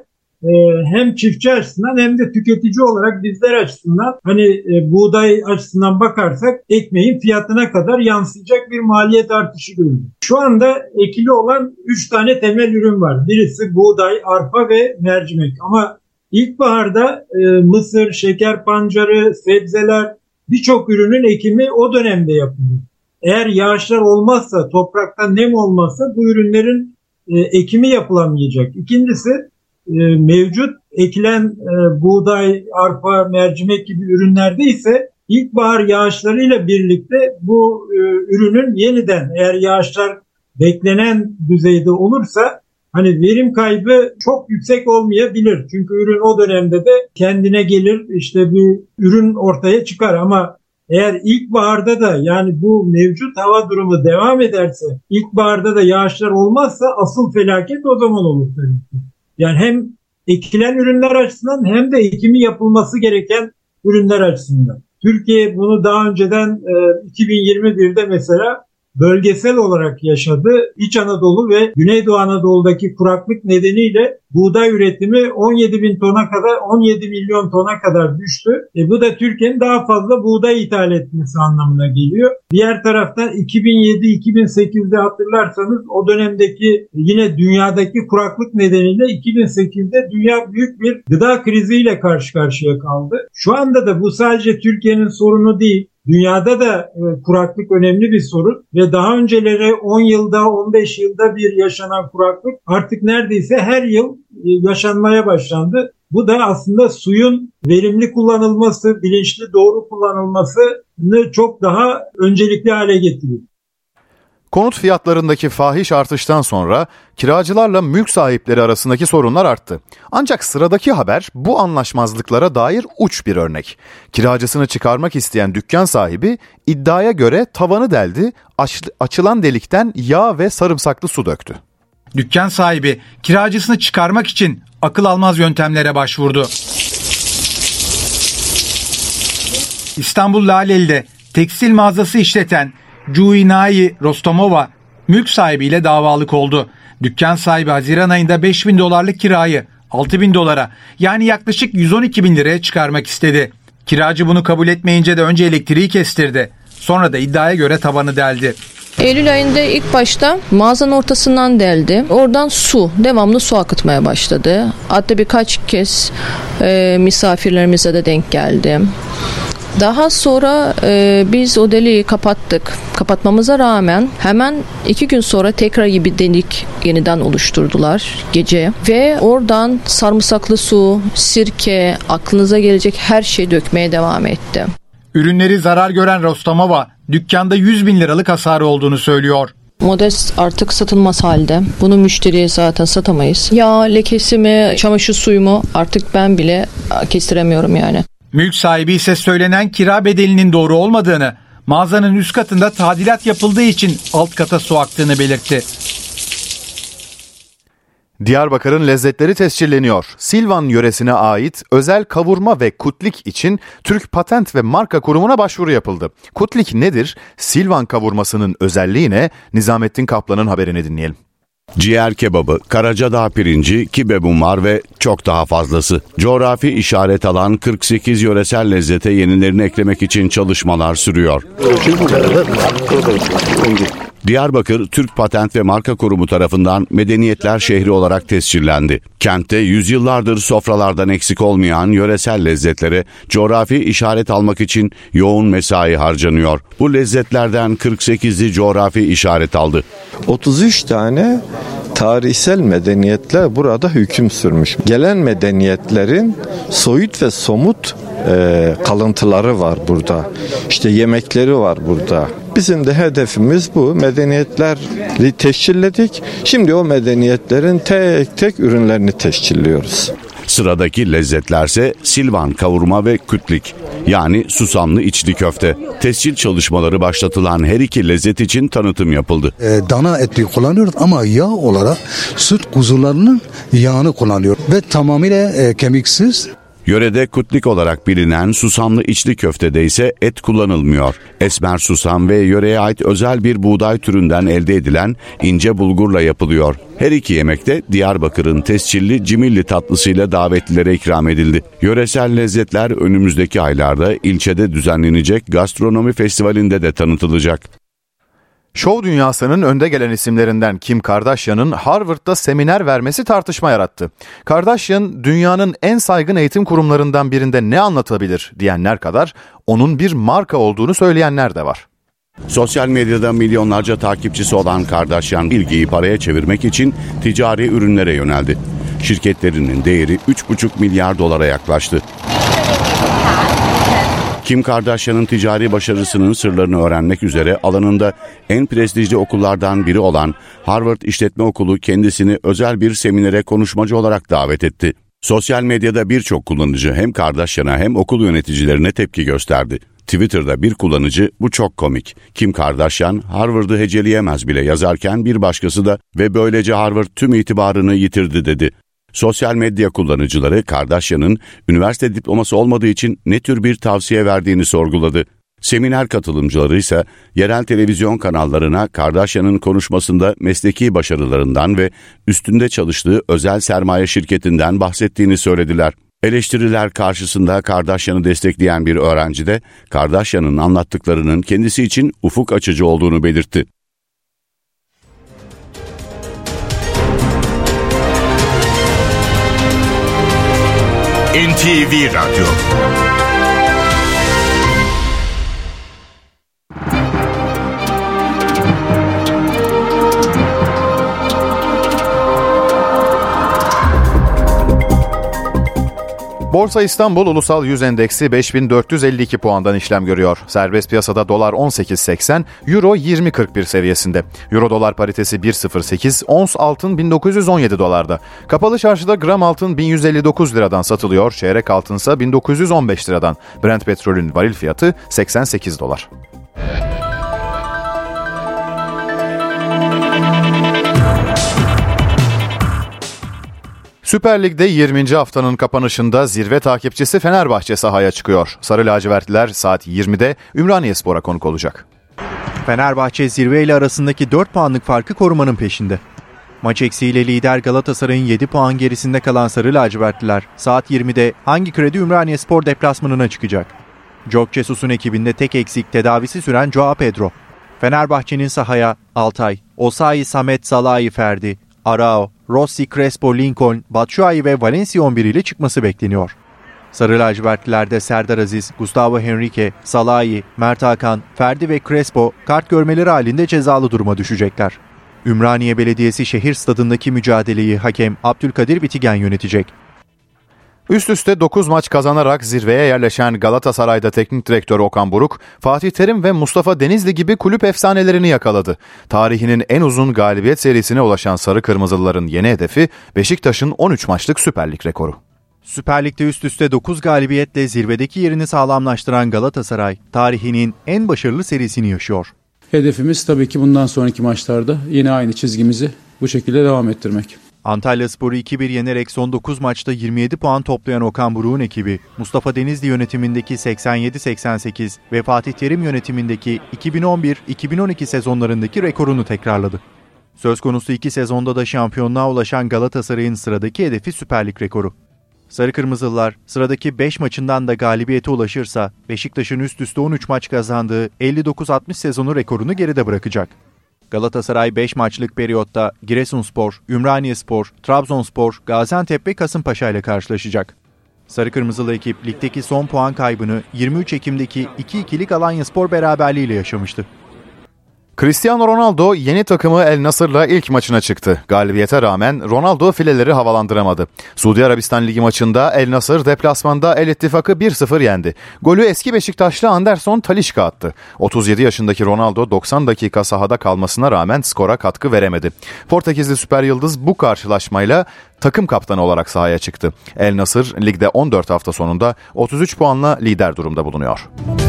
S: e, hem çiftçi açısından hem de tüketici olarak bizler açısından hani e, buğday açısından bakarsak ekmeğin fiyatına kadar yansıyacak bir maliyet artışı görüyoruz. Şu anda ekili olan üç tane temel ürün var. Birisi buğday, arpa ve mercimek. Ama ilkbaharda e, mısır, şeker pancarı, sebzeler, birçok ürünün ekimi o dönemde yapılıyor. Eğer yağışlar olmazsa, toprakta nem olmazsa bu ürünlerin e, ekimi yapılamayacak. İkincisi e, mevcut ekilen e, buğday, arpa, mercimek gibi ürünlerde ise ilkbahar yağışlarıyla birlikte bu e, ürünün yeniden eğer yağışlar beklenen düzeyde olursa hani verim kaybı çok yüksek olmayabilir. Çünkü ürün o dönemde de kendine gelir, işte bir ürün ortaya çıkar ama eğer ilkbaharda da yani bu mevcut hava durumu devam ederse, ilkbaharda da yağışlar olmazsa asıl felaket o zaman olur tabii ki. Yani hem ekilen ürünler açısından hem de ekimi yapılması gereken ürünler açısından. Türkiye bunu daha önceden e, iki bin yirmi birde mesela bölgesel olarak yaşadı. İç Anadolu ve Güneydoğu Anadolu'daki kuraklık nedeniyle buğday üretimi on yedi bin tona kadar, on yedi milyon tona kadar düştü. E bu da Türkiye'nin daha fazla buğday ithal etmesi anlamına geliyor. Diğer taraftan iki bin yedi iki bin sekizde hatırlarsanız o dönemdeki yine dünyadaki kuraklık nedeniyle iki bin sekizde dünya büyük bir gıda kriziyle karşı karşıya kaldı. Şu anda da bu sadece Türkiye'nin sorunu değil. Dünyada da e, kuraklık önemli bir sorun ve daha önceleri on yılda on beş yılda bir yaşanan kuraklık artık neredeyse her yıl e, yaşanmaya başlandı. Bu da aslında suyun verimli kullanılması, bilinçli doğru kullanılmasını çok daha öncelikli hale getiriyor.
A: Konut fiyatlarındaki fahiş artıştan sonra kiracılarla mülk sahipleri arasındaki sorunlar arttı. Ancak sıradaki haber bu anlaşmazlıklara dair uç bir örnek. Kiracısını çıkarmak isteyen dükkan sahibi iddiaya göre tavanı deldi, aç, açılan delikten yağ ve sarımsaklı su döktü.
T: Dükkan sahibi kiracısını çıkarmak için akıl almaz yöntemlere başvurdu. İstanbul Laleli'de tekstil mağazası işleten Cuinayi Rostomova mülk sahibiyle davalık oldu. Dükkan sahibi Haziran ayında beş bin dolarlık kirayı altı bin dolara yani yaklaşık yüz on iki bin liraya çıkarmak istedi. Kiracı bunu kabul etmeyince de önce elektriği kestirdi. Sonra da iddiaya göre tavanı deldi.
U: Eylül ayında ilk başta mağazanın ortasından deldi. Oradan su, devamlı su akıtmaya başladı. Hatta birkaç kez e, misafirlerimize de denk geldi. Daha sonra e, biz o deliği kapattık. Kapatmamıza rağmen hemen iki gün sonra tekrar bir delik yeniden oluşturdular gece. Ve oradan sarımsaklı su, sirke, aklınıza gelecek her şeyi dökmeye devam etti.
T: Ürünleri zarar gören Rostomova dükkanda yüz bin liralık hasarı olduğunu söylüyor.
U: Modest artık satılmaz halde. Bunu müşteriye zaten satamayız. Yağ lekesi mi, çamaşır suyu mu artık ben bile kestiremiyorum yani.
T: Mülk sahibi ise söylenen kira bedelinin doğru olmadığını, mağazanın üst katında tadilat yapıldığı için alt kata su aktığını belirtti.
A: Diyarbakır'ın lezzetleri tescilleniyor. Silvan yöresine ait özel kavurma ve kutlik için Türk Patent ve Marka Kurumu'na başvuru yapıldı. Kutlik nedir? Silvan kavurmasının özelliği ne? Nizamettin Kaplan'ın haberini dinleyelim.
C: Ciğer kebabı, Karacadağ pirinci, kibebumar ve çok daha fazlası. Coğrafi işaret alan kırk sekiz yöresel lezzete yenilerini eklemek için çalışmalar sürüyor. Diyarbakır, Türk Patent ve Marka Kurumu tarafından medeniyetler şehri olarak tescillendi. Kentte yüzyıllardır sofralardan eksik olmayan yöresel lezzetlere coğrafi işaret almak için yoğun mesai harcanıyor. Bu lezzetlerden kırk sekizi coğrafi işaret aldı.
V: otuz üç tane tarihsel medeniyetler burada hüküm sürmüş. Gelen medeniyetlerin soyut ve somut e, kalıntıları var burada. İşte yemekleri var burada. Bizim de hedefimiz bu. Medeniyetleri tescilledik. Şimdi o medeniyetlerin tek tek ürünlerini tescilliyoruz.
C: Sıradaki lezzetlerse silvan kavurma ve kütlik, yani susamlı içli köfte. Tescil çalışmaları başlatılan her iki lezzet için tanıtım yapıldı.
W: E, dana eti kullanıyoruz ama yağ olarak süt kuzularının yağını kullanıyoruz ve tamamıyla e, kemiksiz.
C: Yörede kutlik olarak bilinen susamlı içli köftede ise et kullanılmıyor. Esmer susam ve yöreye ait özel bir buğday türünden elde edilen ince bulgurla yapılıyor. Her iki yemek de Diyarbakır'ın tescilli cimilli tatlısıyla davetlilere ikram edildi. Yöresel lezzetler önümüzdeki aylarda ilçede düzenlenecek gastronomi festivalinde de tanıtılacak.
A: Şov dünyasının önde gelen isimlerinden Kim Kardashian'ın Harvard'da seminer vermesi tartışma yarattı. Kardashian, dünyanın en saygın eğitim kurumlarından birinde ne anlatabilir diyenler kadar onun bir marka olduğunu söyleyenler de var.
C: Sosyal medyada milyonlarca takipçisi olan Kardashian ilgiyi paraya çevirmek için ticari ürünlere yöneldi. Şirketlerinin değeri üç buçuk milyar dolara yaklaştı. Kim Kardashian'ın ticari başarısının sırlarını öğrenmek üzere alanında en prestijli okullardan biri olan Harvard İşletme Okulu kendisini özel bir seminere konuşmacı olarak davet etti. Sosyal medyada birçok kullanıcı hem Kardashian'a hem okul yöneticilerine tepki gösterdi. Twitter'da bir kullanıcı "Bu çok komik. Kim Kardashian Harvard'ı heceleyemez bile" yazarken bir başkası da "Ve böylece Harvard tüm itibarını yitirdi" dedi. Sosyal medya kullanıcıları Kardashian'ın üniversite diploması olmadığı için ne tür bir tavsiye verdiğini sorguladı. Seminer katılımcıları ise yerel televizyon kanallarına Kardashian'ın konuşmasında mesleki başarılarından ve üstünde çalıştığı özel sermaye şirketinden bahsettiğini söylediler. Eleştiriler karşısında Kardashian'ı destekleyen bir öğrenci de Kardashian'ın anlattıklarının kendisi için ufuk açıcı olduğunu belirtti.
B: N T V Radyo.
A: Borsa İstanbul Ulusal Yüz Endeksi beş bin dört yüz elli iki puandan işlem görüyor. Serbest piyasada dolar on sekiz seksen, euro yirmi kırk bir seviyesinde. Euro dolar paritesi bir virgül sıfır sekiz, ons altın bin dokuz yüz on yedi dolarda. Kapalı çarşıda gram altın bin yüz elli dokuz liradan satılıyor, çeyrek altınsa bin dokuz yüz on beş liradan. Brent petrolün varil fiyatı seksen sekiz dolar. Süper Lig'de yirminci haftanın kapanışında zirve takipçisi Fenerbahçe sahaya çıkıyor. Sarı lacivertliler saat yirmide Ümraniyespor'a konuk olacak.
J: Fenerbahçe zirve ile arasındaki dört puanlık farkı korumanın peşinde. Maç eksiğiyle lider Galatasaray'ın yedi puan gerisinde kalan Sarı lacivertliler saat yirmide Hangi Kredi Ümraniyespor deplasmanına çıkacak. Jorge Jesus'un ekibinde tek eksik tedavisi süren Joao Pedro. Fenerbahçe'nin sahaya Altay, Osayi, Samet, Salahi, Ferdi, Arao, Rossi, Crespo, Lincoln, Batshuayi ve Valencia on bir ile çıkması bekleniyor. Sarı lacivertlilerde Serdar Aziz, Gustavo Henrique, Salahi, Mert Hakan, Ferdi ve Crespo kart görmeleri halinde cezalı duruma düşecekler. Ümraniye Belediyesi şehir stadındaki mücadeleyi hakem Abdülkadir Bitigen yönetecek.
A: Üst üste dokuz maç kazanarak zirveye yerleşen Galatasaray'da teknik direktör Okan Buruk, Fatih Terim ve Mustafa Denizli gibi kulüp efsanelerini yakaladı. Tarihinin en uzun galibiyet serisine ulaşan Sarı Kırmızılıların yeni hedefi Beşiktaş'ın on üç maçlık Süper Lig rekoru.
J: Süper Lig'de üst üste dokuz galibiyetle zirvedeki yerini sağlamlaştıran Galatasaray, tarihinin en başarılı serisini yaşıyor.
D: Hedefimiz tabii ki bundan sonraki maçlarda yine aynı çizgimizi bu şekilde devam ettirmek.
J: Antalyaspor'u iki bir yenerek son dokuz maçta yirmi yedi puan toplayan Okan Buruk'un ekibi, Mustafa Denizli yönetimindeki seksen yedi seksen sekiz ve Fatih Terim yönetimindeki iki bin on bir iki bin on iki sezonlarındaki rekorunu tekrarladı. Söz konusu iki sezonda da şampiyonluğa ulaşan Galatasaray'ın sıradaki hedefi Süper Lig rekoru. Sarı Kırmızılılar sıradaki beş maçından da galibiyete ulaşırsa Beşiktaş'ın üst üste on üç maç kazandığı elli dokuz altmış sezonu rekorunu geride bırakacak. Galatasaray beş maçlık periyotta Giresunspor, Ümraniyespor, Trabzonspor, Gaziantep ve Kasımpaşa ile karşılaşacak. Sarı Kırmızılı ekip ligdeki son puan kaybını yirmi üç Ekim'deki iki ikilik Alanyaspor beraberliğiyle yaşamıştı.
A: Cristiano Ronaldo yeni takımı El Nasır'la ilk maçına çıktı. Galibiyete rağmen Ronaldo fileleri havalandıramadı. Suudi Arabistan Ligi maçında El Nasır deplasmanda El İttifak'ı bir sıfır yendi. Golü eski Beşiktaşlı Anderson Talisca attı. otuz yedi yaşındaki Ronaldo doksan dakika sahada kalmasına rağmen skora katkı veremedi. Portekizli süper yıldız bu karşılaşmayla takım kaptanı olarak sahaya çıktı. El Nasır ligde on dört hafta sonunda otuz üç puanla lider durumda bulunuyor.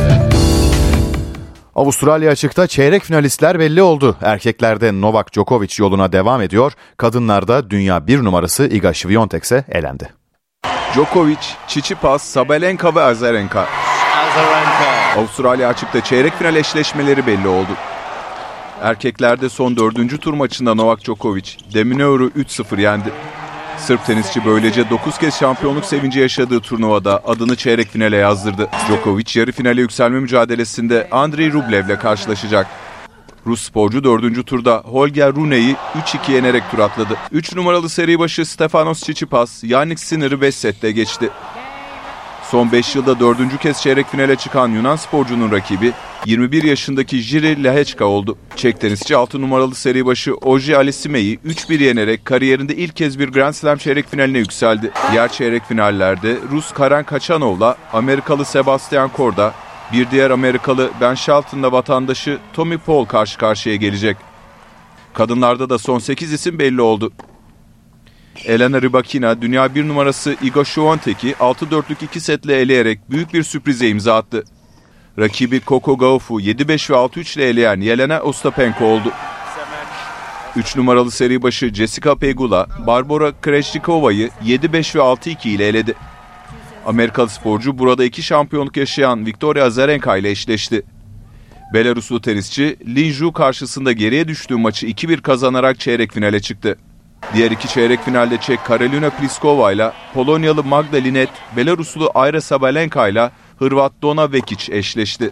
A: Avustralya açıkta çeyrek finalistler belli oldu. Erkeklerde Novak Djokovic yoluna devam ediyor. Kadınlarda dünya bir numarası Iga Świątek ise elendi.
F: Djokovic, Tsitsipas, Sabalenka ve Azarenka. Azarenka. Avustralya açıkta çeyrek final eşleşmeleri belli oldu. Erkeklerde son dördüncü tur maçında Novak Djokovic, De Minaur'u üç sıfır yendi. Sırp tenisçi böylece dokuz kez şampiyonluk sevinci yaşadığı turnuvada adını çeyrek finale yazdırdı. Djokovic yarı finale yükselme mücadelesinde Andrei Rublev'le karşılaşacak. Rus sporcu dördüncü turda Holger Rune'yi üç iki yenerek tur atladı. üç numaralı seri başı Stefanos Tsitsipas, Yannick Sinner'ı beş sette geçti. Son beş yılda dördüncü kez çeyrek finale çıkan Yunan sporcunun rakibi yirmi bir yaşındaki Jiri Lehečka oldu. Çek tenisçi altı numaralı seri başı Oji Alesime'yi üç bir yenerek kariyerinde ilk kez bir Grand Slam çeyrek finaline yükseldi. Diğer çeyrek finallerde Rus Karen Kaçanov'la Amerikalı Sebastian Korda, bir diğer Amerikalı Ben Shelton'la vatandaşı Tommy Paul karşı karşıya gelecek. Kadınlarda da son sekiz isim belli oldu. Elena Rybakina, dünya bir numarası Iga Świątek'i altı dörtlük iki setle eleyerek büyük bir sürprize imza attı. Rakibi Coco Gauff'u yedi beş ve altı üç ile eleyen Yelena Ostapenko oldu. üç numaralı seri başı Jessica Pegula, Barbora Krejcikova'yı yedi beş ve altı iki ile eledi. Amerikalı sporcu burada iki şampiyonluk yaşayan Victoria Azarenka ile eşleşti. Belaruslu tenisçi Lin Zhu karşısında geriye düştüğü maçı iki bir kazanarak çeyrek finale çıktı. Diğer iki çeyrek finalde Çek Karolina Pliskova ile Polonyalı Magda Linette, Belaruslu Ayra Sabalenka ile Hırvat Dona Vekic eşleşti.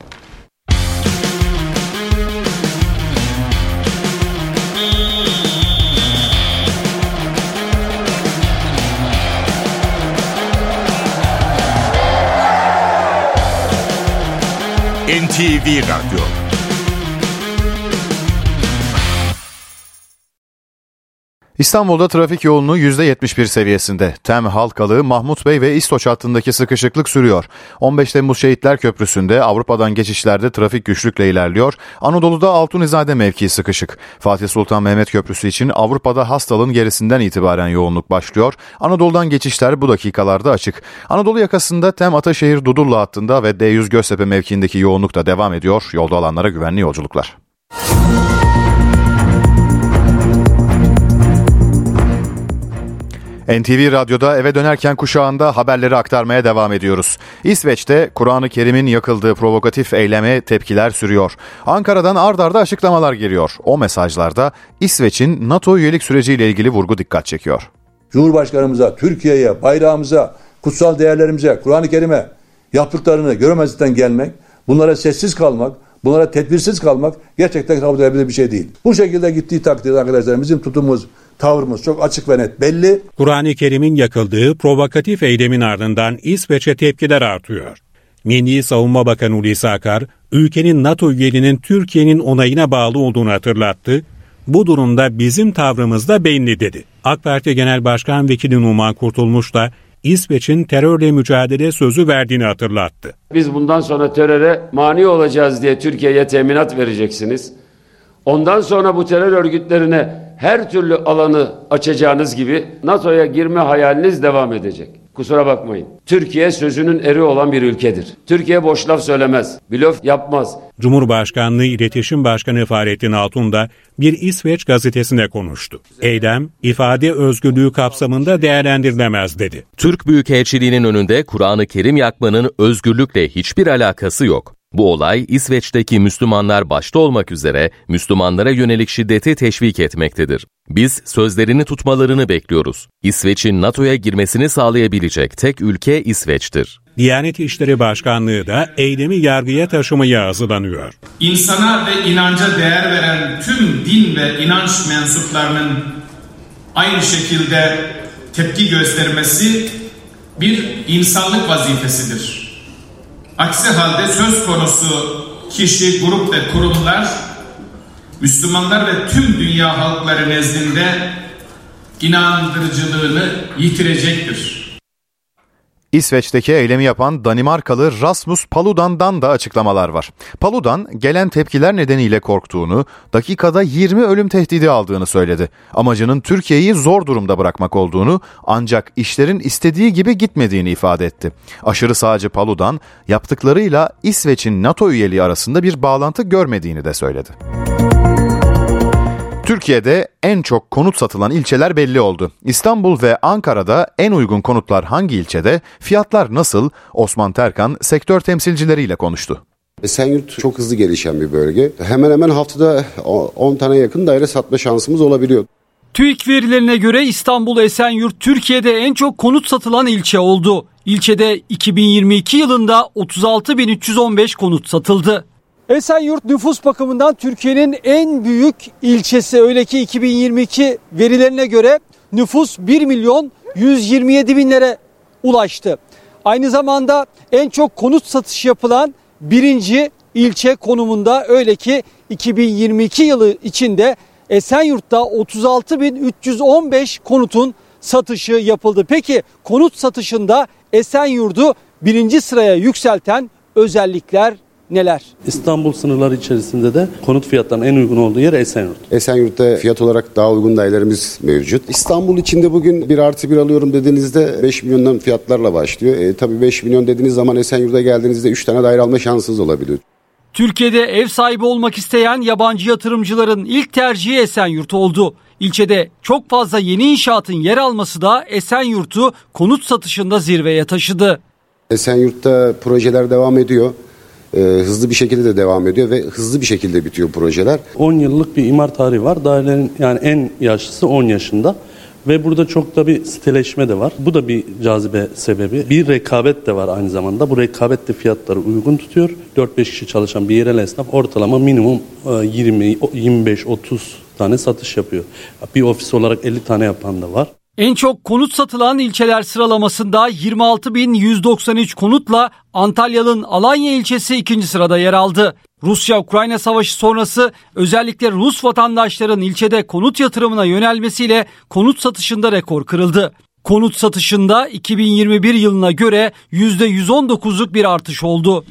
B: N T V Radyo.
A: İstanbul'da trafik yoğunluğu yüzde yetmiş bir seviyesinde. Tem Halkalı, Mahmut Bey ve İstoç hattındaki sıkışıklık sürüyor. on beş Temmuz Şehitler Köprüsü'nde Avrupa'dan geçişlerde trafik güçlükle ilerliyor. Anadolu'da Altunizade mevkii sıkışık. Fatih Sultan Mehmet Köprüsü için Avrupa'da Hastal'ın gerisinden itibaren yoğunluk başlıyor. Anadolu'dan geçişler bu dakikalarda açık. Anadolu yakasında Tem Ataşehir Dudullu hattında ve D yüz Göztepe mevkiindeki yoğunluk da devam ediyor. Yolda olanlara güvenli yolculuklar. N T V Radyo'da eve dönerken kuşağında haberleri aktarmaya devam ediyoruz. İsveç'te Kur'an-ı Kerim'in yakıldığı provokatif eyleme tepkiler sürüyor. Ankara'dan ard arda açıklamalar geliyor. O mesajlarda İsveç'in NATO üyelik süreciyle ilgili vurgu dikkat çekiyor.
G: Cumhurbaşkanımıza, Türkiye'ye, bayrağımıza, kutsal değerlerimize, Kur'an-ı Kerim'e yaptıklarını göremezlikten gelmek, bunlara sessiz kalmak, bunlara tedbirsiz kalmak gerçekten kabul edilebilir bir şey değil. Bu şekilde gittiği takdirde arkadaşlar bizim tutumumuz, tavrımız çok açık ve net belli.
E: Kur'an-ı Kerim'in yakıldığı provokatif eylemin ardından İsveç'e tepkiler artıyor. Milli Savunma Bakanı Hulusi Akar, ülkenin NATO üyeliğinin Türkiye'nin onayına bağlı olduğunu hatırlattı. Bu durumda bizim tavrımız da belli dedi. AK Parti Genel Başkan Vekili Numan Kurtulmuş da İsveç'in terörle mücadele sözü verdiğini hatırlattı.
H: Biz bundan sonra teröre mani olacağız diye Türkiye'ye teminat vereceksiniz. Ondan sonra bu terör örgütlerine her türlü alanı açacağınız gibi NATO'ya girme hayaliniz devam edecek. Kusura bakmayın. Türkiye sözünün eri olan bir ülkedir. Türkiye boş laf söylemez, blöf yapmaz.
E: Cumhurbaşkanlığı İletişim Başkanı Fahrettin Altun da bir İsveç gazetesine konuştu. Eylem, ifade özgürlüğü kapsamında değerlendirilemez dedi.
X: Türk Büyükelçiliği'nin önünde Kur'an-ı Kerim yakmanın özgürlükle hiçbir alakası yok. Bu olay İsveç'teki Müslümanlar başta olmak üzere Müslümanlara yönelik şiddeti teşvik etmektedir. Biz sözlerini tutmalarını bekliyoruz. İsveç'in NATO'ya girmesini sağlayabilecek tek ülke İsveç'tir.
E: Diyanet İşleri Başkanlığı da eylemi yargıya taşımaya hazırlanıyor.
Y: İnsana ve inanca değer veren tüm din ve inanç mensuplarının aynı şekilde tepki göstermesi bir insanlık vazifesidir. Aksi halde söz konusu kişi, grup ve kurumlar Müslümanlar ve tüm dünya halkları nezdinde inandırıcılığını yitirecektir.
A: İsveç'teki eylemi yapan Danimarkalı Rasmus Paludan'dan da açıklamalar var. Paludan gelen tepkiler nedeniyle korktuğunu, dakikada yirmi ölüm tehdidi aldığını söyledi. Amacının Türkiye'yi zor durumda bırakmak olduğunu, ancak işlerin istediği gibi gitmediğini ifade etti. Aşırı sağcı Paludan, yaptıklarıyla İsveç'in NATO üyeliği arasında bir bağlantı görmediğini de söyledi. Türkiye'de en çok konut satılan ilçeler belli oldu. İstanbul ve Ankara'da en uygun konutlar hangi ilçede, fiyatlar nasıl? Osman Terkan sektör temsilcileriyle konuştu.
I: Esenyurt çok hızlı gelişen bir bölge. Hemen hemen haftada on tane yakın daire satma şansımız olabiliyor.
K: TÜİK verilerine göre İstanbul Esenyurt Türkiye'de en çok konut satılan ilçe oldu. İlçede iki bin yirmi iki yılında otuz altı bin üç yüz on beş konut satıldı. Esenyurt nüfus bakımından Türkiye'nin en büyük ilçesi. Öyle ki iki bin yirmi iki verilerine göre nüfus bir milyon yüz yirmi yedi binlere ulaştı. Aynı zamanda en çok konut satışı yapılan birinci ilçe konumunda. Öyle ki iki bin yirmi iki yılı içinde Esenyurt'ta otuz altı bin üç yüz on beş konutun satışı yapıldı. Peki konut satışında Esenyurt'u birinci sıraya yükselten özellikler neler?
L: İstanbul sınırları içerisinde de konut fiyatlarının en uygun olduğu yer Esenyurt.
I: Esenyurt'ta fiyat olarak daha uygun dairelerimiz mevcut. İstanbul içinde bugün bir artı bir alıyorum dediğinizde beş milyondan fiyatlarla başlıyor. E, tabii beş milyon dediğiniz zaman Esenyurt'a geldiğinizde üç tane daire alma şansınız olabiliyor.
K: Türkiye'de ev sahibi olmak isteyen yabancı yatırımcıların ilk tercihi Esenyurt oldu. İlçede çok fazla yeni inşaatın yer alması da Esenyurt'u konut satışında zirveye taşıdı.
I: Esenyurt'ta projeler devam ediyor. Ee, hızlı bir şekilde de devam ediyor ve hızlı bir şekilde bitiyor projeler.
L: on yıllık bir imar tarihi var. Dairelerin yani en yaşlısı on yaşında. Ve burada çok da bir siteleşme de var. Bu da bir cazibe sebebi. Bir rekabet de var aynı zamanda. Bu rekabet de fiyatları uygun tutuyor. dört beş kişi çalışan bir yerel esnaf ortalama minimum yirmi yirmi beş otuz tane satış yapıyor. Bir ofis olarak elli tane yapan da var.
K: En çok konut satılan ilçeler sıralamasında yirmi altı bin yüz doksan üç konutla Antalya'nın Alanya ilçesi ikinci sırada yer aldı. Rusya-Ukrayna savaşı sonrası özellikle Rus vatandaşların ilçede konut yatırımına yönelmesiyle konut satışında rekor kırıldı. Konut satışında iki bin yirmi bir yılına göre yüzde yüz on dokuzluk bir artış oldu.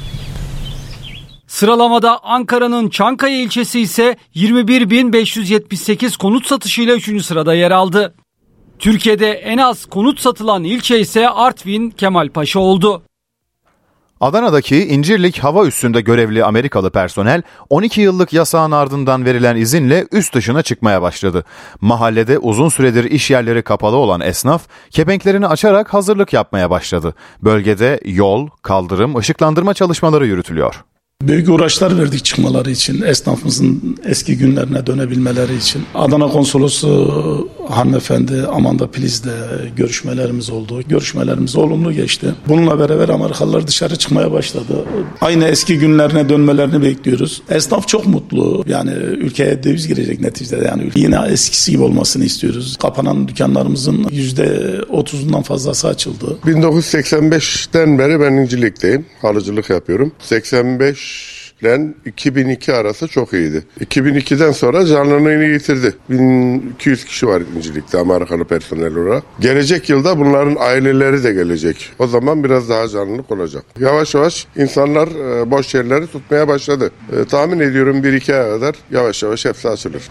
K: Sıralamada Ankara'nın Çankaya ilçesi ise yirmi bir bin beş yüz yetmiş sekiz konut satışıyla üçüncü sırada yer aldı. Türkiye'de en az konut satılan ilçe ise Artvin Kemalpaşa oldu.
A: Adana'daki İncirlik hava üssünde görevli Amerikalı personel on iki yıllık yasağın ardından verilen izinle üst dışına çıkmaya başladı. Mahallede uzun süredir iş yerleri kapalı olan esnaf kepenklerini açarak hazırlık yapmaya başladı. Bölgede yol, kaldırım, ışıklandırma çalışmaları yürütülüyor.
M: Büyük uğraşlar verdik çıkmaları için, esnafımızın eski günlerine dönebilmeleri için. Adana Konsolosu hanımefendi Amanda Piliz'le görüşmelerimiz oldu. Görüşmelerimiz olumlu geçti. Bununla beraber Amerikalılar dışarı çıkmaya başladı. Aynı eski günlerine dönmelerini bekliyoruz. Esnaf çok mutlu. Yani ülkeye döviz girecek neticede. Yani yine eskisi gibi olmasını istiyoruz. Kapanan dükkanlarımızın yüzde otuzundan fazlası açıldı.
N: bin dokuz yüz seksen beşten beri ben İncirlik'teyim. Halıcılık yapıyorum. seksen beş ile iki bin iki arası çok iyiydi. iki bin ikiden sonra canlılığını yitirdi. bin iki yüz kişi var İncirlik'te Amerikalı personel olarak. Gelecek yılda bunların aileleri de gelecek. O zaman biraz daha canlılık olacak. Yavaş yavaş insanlar boş yerleri tutmaya başladı. E, tahmin ediyorum bir iki aya kadar yavaş yavaş hepsi açılır.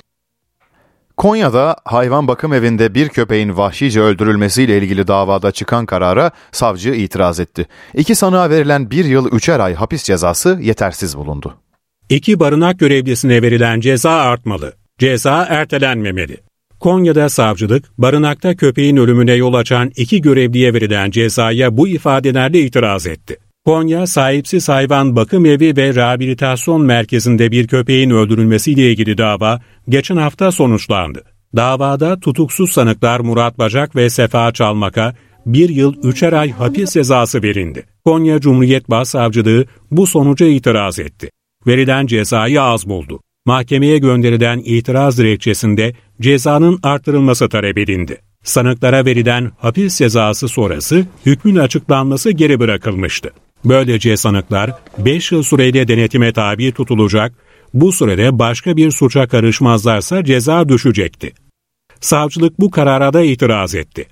A: Konya'da hayvan bakım evinde bir köpeğin vahşice öldürülmesiyle ilgili davada çıkan karara savcı itiraz etti. İki sanığa verilen bir yıl üçer ay hapis cezası yetersiz bulundu.
E: İki barınak görevlisine verilen ceza artmalı. Ceza ertelenmemeli. Konya'da savcılık, barınakta köpeğin ölümüne yol açan iki görevliye verilen cezaya bu ifadelerle itiraz etti. Konya Sahipsiz Hayvan Bakım Evi ve Rehabilitasyon Merkezi'nde bir köpeğin öldürülmesiyle ilgili dava geçen hafta sonuçlandı. Davada tutuksuz sanıklar Murat Bacak ve Sefa Çalmak'a bir yıl üçer ay hapis cezası verildi. Konya Cumhuriyet Başsavcılığı bu sonuca itiraz etti. Verilen cezayı az buldu. Mahkemeye gönderilen itiraz dilekçesinde cezanın artırılması talep edildi. Sanıklara verilen hapis cezası sonrası hükmün açıklanması geri bırakılmıştı. Böylece sanıklar beş yıl süreyle denetime tabi tutulacak, bu sürede başka bir suça karışmazlarsa ceza düşecekti. Savcılık bu karara da itiraz etti.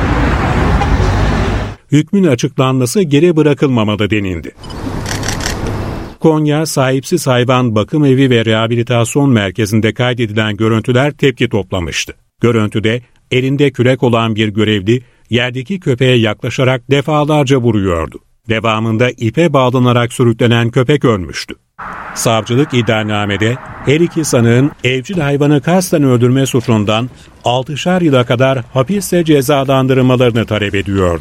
E: Hükmün açıklanması geri bırakılmamalı denildi. Konya Sahipsiz Hayvan Bakım Evi ve Rehabilitasyon Merkezi'nde kaydedilen görüntüler tepki toplamıştı. Görüntüde elinde kürek olan bir görevli yerdeki köpeğe yaklaşarak defalarca vuruyordu. Devamında ipe bağlanarak sürüklenen köpek ölmüştü. Savcılık iddianamede her iki sanığın evcil hayvanı kasten öldürme suçundan altışar yıla kadar hapiste cezalandırılmalarını talep ediyordu.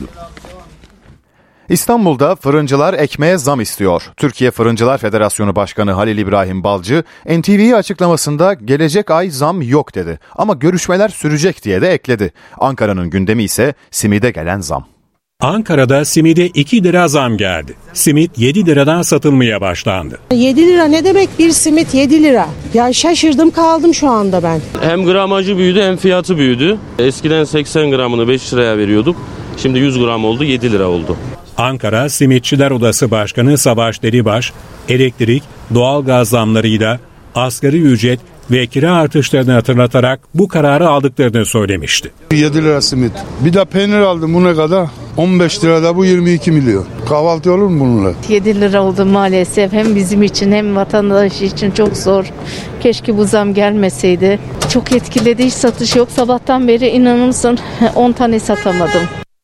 A: İstanbul'da fırıncılar ekmeğe zam istiyor. Türkiye Fırıncılar Federasyonu Başkanı Halil İbrahim Balcı, N T V'ye açıklamasında gelecek ay zam yok dedi. Ama görüşmeler sürecek diye de ekledi. Ankara'nın gündemi ise simide gelen zam.
E: Ankara'da simide iki lira zam geldi. Simit yedi liradan satılmaya başlandı.
O: yedi lira ne demek, bir simit yedi lira? Ya şaşırdım kaldım şu anda ben.
P: Hem gramajı büyüdü hem fiyatı büyüdü. Eskiden seksen gramını beş liraya veriyorduk. Şimdi yüz gram oldu, yedi lira oldu.
E: Ankara Simitçiler Odası Başkanı Savaş Delibaş, elektrik, doğalgaz zamlarıyla asgari ücret ve kira artışlarını hatırlatarak bu kararı aldıklarını söylemişti.
Q: yedi lira simit. Bir de peynir aldım, bu ne kadar? on beş lirada bu yirmi iki milyon. Kahvaltı olur mu bununla?
R: yedi lira oldu maalesef. Hem bizim için hem vatandaş için çok zor. Keşke bu zam gelmeseydi. Çok etkiledi, hiç satış yok. Sabahtan beri inanır mısın on tane satamadım.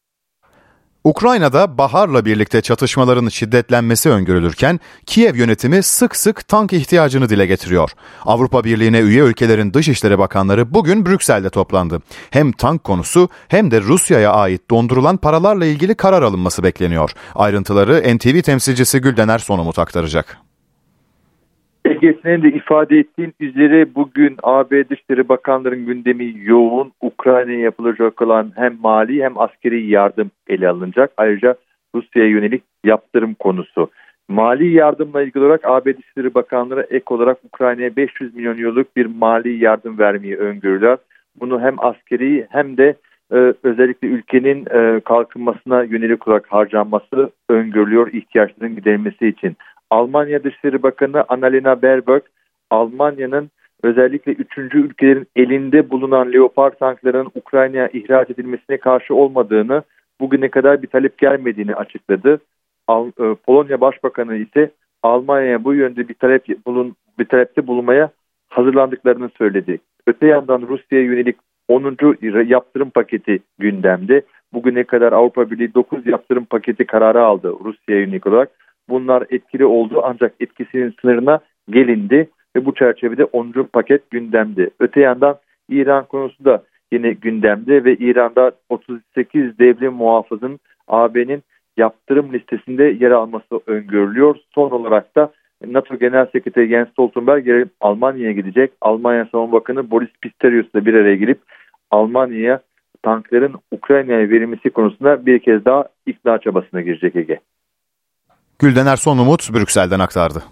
A: Ukrayna'da baharla birlikte çatışmaların şiddetlenmesi öngörülürken Kiev yönetimi sık sık tank ihtiyacını dile getiriyor. Avrupa Birliği'ne üye ülkelerin Dışişleri Bakanları bugün Brüksel'de toplandı. Hem tank konusu hem de Rusya'ya ait dondurulan paralarla ilgili karar alınması bekleniyor. Ayrıntıları N T V temsilcisi Gülden Ersonumut aktaracak.
S: Ege'sinin de ifade ettiğin üzere bugün A B Dışişleri Bakanları'nın gündemi yoğun. Ukrayna'ya yapılacak olan hem mali hem askeri yardım ele alınacak. Ayrıca Rusya'ya yönelik yaptırım konusu. Mali yardımla ilgili olarak A B Dışişleri Bakanları ek olarak Ukrayna'ya beş yüz milyon euroluk bir mali yardım vermeyi öngörüyorlar. Bunu hem askeri hem de e, özellikle ülkenin e, kalkınmasına yönelik olarak harcanması öngörülüyor ihtiyaçların giderilmesi için. Almanya Dışişleri Bakanı Annalena Baerbock, Almanya'nın özellikle üçüncü ülkelerin elinde bulunan Leopard tanklarının Ukrayna'ya ihraç edilmesine karşı olmadığını, bugüne kadar bir talep gelmediğini açıkladı. Polonya Başbakanı ise Almanya'ya bu yönde bir talep bulun, bir talepte bulunmaya hazırlandıklarını söyledi. Öte yandan Rusya'ya yönelik onuncu yaptırım paketi gündemde. Bugüne kadar Avrupa Birliği dokuz yaptırım paketi kararı aldı Rusya'ya yönelik olarak. Bunlar etkili oldu ancak etkisinin sınırına gelindi ve bu çerçevede onuncu paket gündemde. Öte yandan İran konusu da yine gündemde ve İran'da otuz sekiz devlet muhafızın A B'nin yaptırım listesinde yer alması öngörülüyor. Son olarak da NATO Genel Sekreteri Jens Stoltenberg Almanya'ya gidecek. Almanya Savunma Bakanı Boris Pistorius'la bir araya gelip Almanya'ya tankların Ukrayna'ya verilmesi konusunda bir kez daha ikna çabasına girecek Ege.
A: Gülden Ersonumut Brüksel'den aktardı.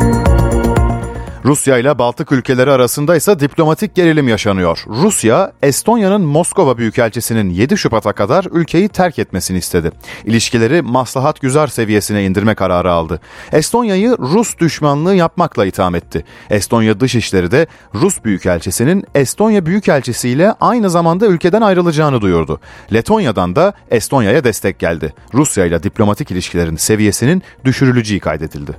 A: Rusya ile Baltık ülkeleri arasında ise diplomatik gerilim yaşanıyor. Rusya, Estonya'nın Moskova Büyükelçisi'nin yedi Şubat'a kadar ülkeyi terk etmesini istedi. İlişkileri maslahatgüzar seviyesine indirme kararı aldı. Estonya'yı Rus düşmanlığı yapmakla itham etti. Estonya Dışişleri de Rus Büyükelçisi'nin Estonya Büyükelçisi ile aynı zamanda ülkeden ayrılacağını duyurdu. Letonya'dan da Estonya'ya destek geldi. Rusya ile diplomatik ilişkilerin seviyesinin düşürüleceği kaydedildi.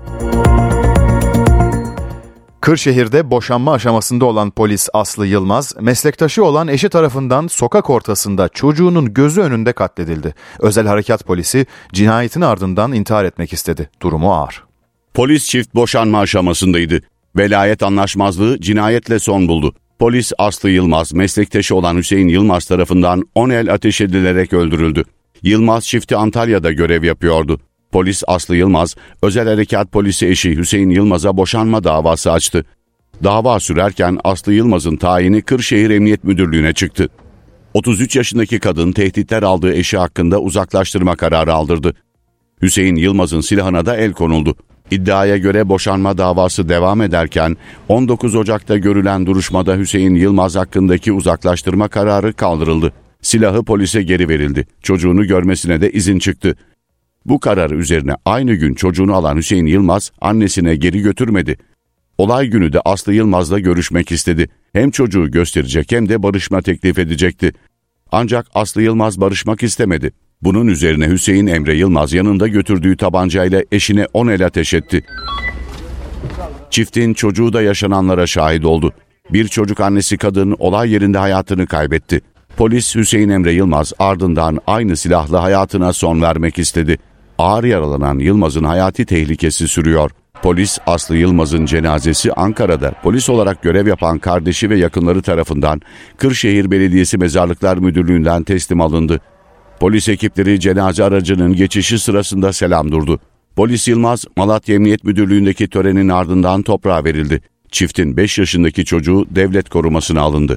A: Kırşehir'de boşanma aşamasında olan polis Aslı Yılmaz, meslektaşı olan eşi tarafından sokak ortasında çocuğunun gözü önünde katledildi. Özel Harekat Polisi cinayetin ardından intihar etmek istedi. Durumu ağır.
C: Polis çift boşanma aşamasındaydı. Velayet anlaşmazlığı cinayetle son buldu. Polis Aslı Yılmaz, meslektaşı olan Hüseyin Yılmaz tarafından on el ateş edilerek öldürüldü. Yılmaz çifti Antalya'da görev yapıyordu. Polis Aslı Yılmaz, Özel Harekat Polisi eşi Hüseyin Yılmaz'a boşanma davası açtı. Dava sürerken Aslı Yılmaz'ın tayini Kırşehir Emniyet Müdürlüğü'ne çıktı. otuz üç yaşındaki kadın tehditler aldığı eşi hakkında uzaklaştırma kararı aldırdı. Hüseyin Yılmaz'ın silahına da el konuldu. İddiaya göre boşanma davası devam ederken on dokuz Ocak'ta görülen duruşmada Hüseyin Yılmaz hakkındaki uzaklaştırma kararı kaldırıldı. Silahı polise geri verildi. Çocuğunu görmesine de izin çıktı. Bu kararı üzerine aynı gün çocuğunu alan Hüseyin Yılmaz annesine geri götürmedi. Olay günü de Aslı Yılmaz'la görüşmek istedi. Hem çocuğu gösterecek hem de barışma teklif edecekti. Ancak Aslı Yılmaz barışmak istemedi. Bunun üzerine Hüseyin Emre Yılmaz yanında götürdüğü tabancayla eşine on el ateş etti. Çiftin çocuğu da yaşananlara şahit oldu. Bir çocuk annesi kadın olay yerinde hayatını kaybetti. Polis Hüseyin Emre Yılmaz ardından aynı silahla hayatına son vermek istedi. Ağır yaralanan Yılmaz'ın hayati tehlikesi sürüyor. Polis Aslı Yılmaz'ın cenazesi Ankara'da polis olarak görev yapan kardeşi ve yakınları tarafından Kırşehir Belediyesi Mezarlıklar Müdürlüğü'nden teslim alındı. Polis ekipleri cenaze aracının geçişi sırasında selam durdu. Polis Yılmaz, Malatya Emniyet Müdürlüğü'ndeki törenin ardından toprağa verildi. Çiftin beş yaşındaki çocuğu devlet korumasına alındı.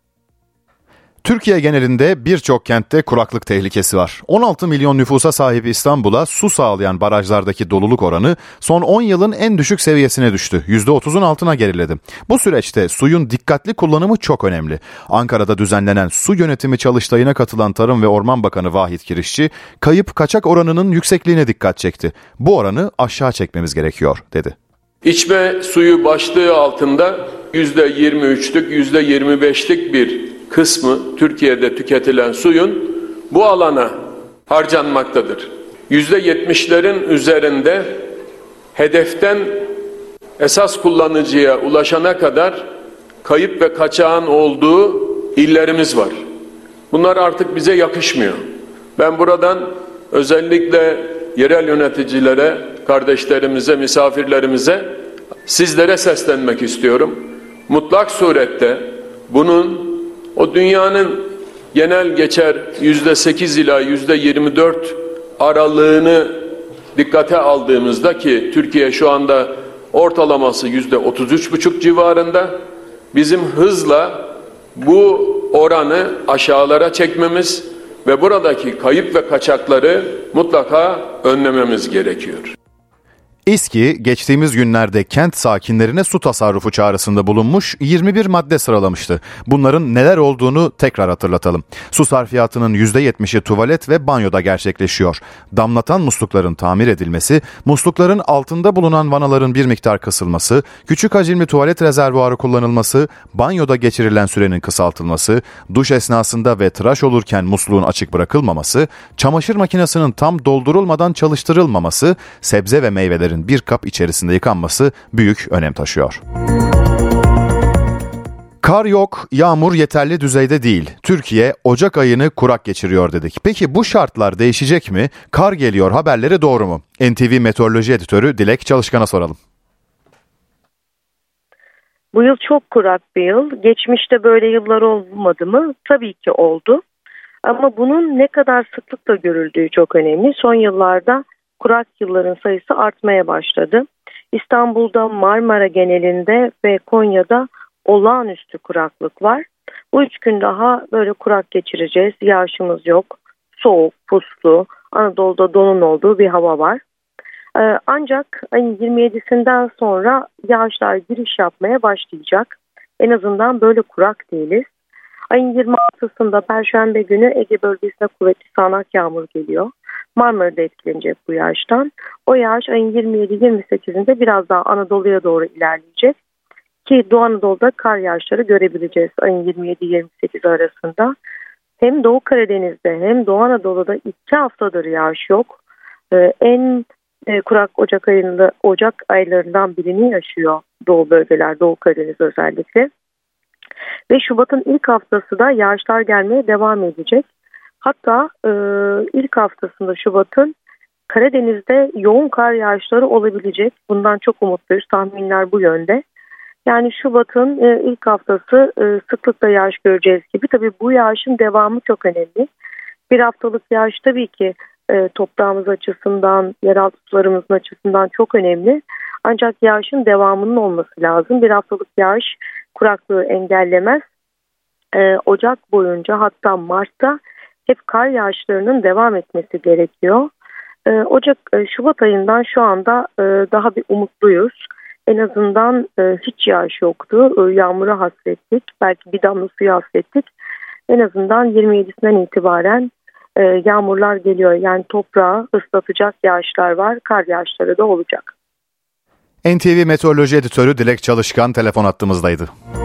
A: Türkiye genelinde birçok kentte kuraklık tehlikesi var. on altı milyon nüfusa sahip İstanbul'a su sağlayan barajlardaki doluluk oranı son on yılın en düşük seviyesine düştü. yüzde otuzun altına geriledi. Bu süreçte suyun dikkatli kullanımı çok önemli. Ankara'da düzenlenen su yönetimi çalıştayına katılan Tarım ve Orman Bakanı Vahit Kirişçi, kayıp kaçak oranının yüksekliğine dikkat çekti. Bu oranı aşağı çekmemiz gerekiyor, dedi.
H: İçme suyu başlığı altında yüzde yirmi üçlük, yüzde yirmi beşlik bir kısmı Türkiye'de tüketilen suyun bu alana harcanmaktadır. yüzde yetmişlerin üzerinde hedeften esas kullanıcıya ulaşana kadar kayıp ve kaçağın olduğu illerimiz var. Bunlar artık bize yakışmıyor. Ben buradan özellikle yerel yöneticilere, kardeşlerimize, misafirlerimize, sizlere seslenmek istiyorum. Mutlak surette bunun o dünyanın genel geçer yüzde sekiz ila yüzde yirmi dört aralığını dikkate aldığımızda, ki Türkiye şu anda ortalaması yüzde otuz üç buçuk civarında, bizim hızla bu oranı aşağılara çekmemiz ve buradaki kayıp ve kaçakları mutlaka önlememiz gerekiyor.
A: İSKİ geçtiğimiz günlerde kent sakinlerine su tasarrufu çağrısında bulunmuş, yirmi bir madde sıralamıştı. Bunların neler olduğunu tekrar hatırlatalım. Su sarfiyatının yüzde yetmişi tuvalet ve banyoda gerçekleşiyor. Damlatan muslukların tamir edilmesi, muslukların altında bulunan vanaların bir miktar kısılması, küçük hacimli tuvalet rezervuarı kullanılması, banyoda geçirilen sürenin kısaltılması, duş esnasında ve tıraş olurken musluğun açık bırakılmaması, çamaşır makinesinin tam doldurulmadan çalıştırılmaması, sebze ve meyvelerin bir kap içerisinde yıkanması büyük önem taşıyor. Kar yok, yağmur yeterli düzeyde değil. Türkiye Ocak ayını kurak geçiriyor dedik. Peki bu şartlar değişecek mi? Kar geliyor haberleri doğru mu? N T V Meteoroloji Editörü Dilek Çalışkan'a soralım.
D: Bu yıl çok kurak bir yıl. Geçmişte böyle yıllar olmadı mı? Tabii ki oldu. Ama bunun ne kadar sıklıkla görüldüğü çok önemli. Son yıllarda kurak yılların sayısı artmaya başladı. İstanbul'da, Marmara genelinde ve Konya'da olağanüstü kuraklık var. Bu üç gün daha böyle kurak geçireceğiz. Yağışımız yok. Soğuk, puslu, Anadolu'da donun olduğu bir hava var. Ee, ancak ayın yirmi yedisinden sonra yağışlar giriş yapmaya başlayacak. En azından böyle kurak değiliz. Ayın yirmi altısında Perşembe günü Ege bölgesine kuvvetli sağanak yağmur geliyor. Marmara'da etkilenecek bu yağıştan. O yağış ayın yirmi yedi yirmi sekizinde biraz daha Anadolu'ya doğru ilerleyecek. Ki Doğu Anadolu'da kar yağışları görebileceğiz ayın yirmi yedi yirmi sekiz arasında. Hem Doğu Karadeniz'de hem Doğu Anadolu'da iki haftadır yağış yok. Ee, en e, kurak Ocak ayında Ocak aylarından birini yaşıyor Doğu bölgeler, Doğu Karadeniz özellikle. Ve Şubat'ın ilk haftası da yağışlar gelmeye devam edecek. Hatta e, ilk haftasında Şubat'ın Karadeniz'de yoğun kar yağışları olabilecek. Bundan çok umutluyuz. Tahminler bu yönde. Yani Şubat'ın e, ilk haftası e, sıklıkla yağış göreceğiz gibi. Tabii bu yağışın devamı çok önemli. Bir haftalık yağış tabii ki e, toprağımız açısından, yeraltı sularımızın açısından çok önemli. Ancak yağışın devamının olması lazım. Bir haftalık yağış kuraklığı engellemez. E, Ocak boyunca, hatta Mart'ta hep kar yağışlarının devam etmesi gerekiyor. E, Ocak, e, Şubat ayından şu anda e, daha bir umutluyuz. En azından e, hiç yağış yoktu. E, yağmura hasrettik. Belki bir damla suya hasrettik. En azından yirmi yedisinden itibaren e, yağmurlar geliyor. Yani toprağı ıslatacak yağışlar var. Kar yağışları da olacak.
A: N T V Meteoroloji Editörü Dilek Çalışkan telefon hattımızdaydı.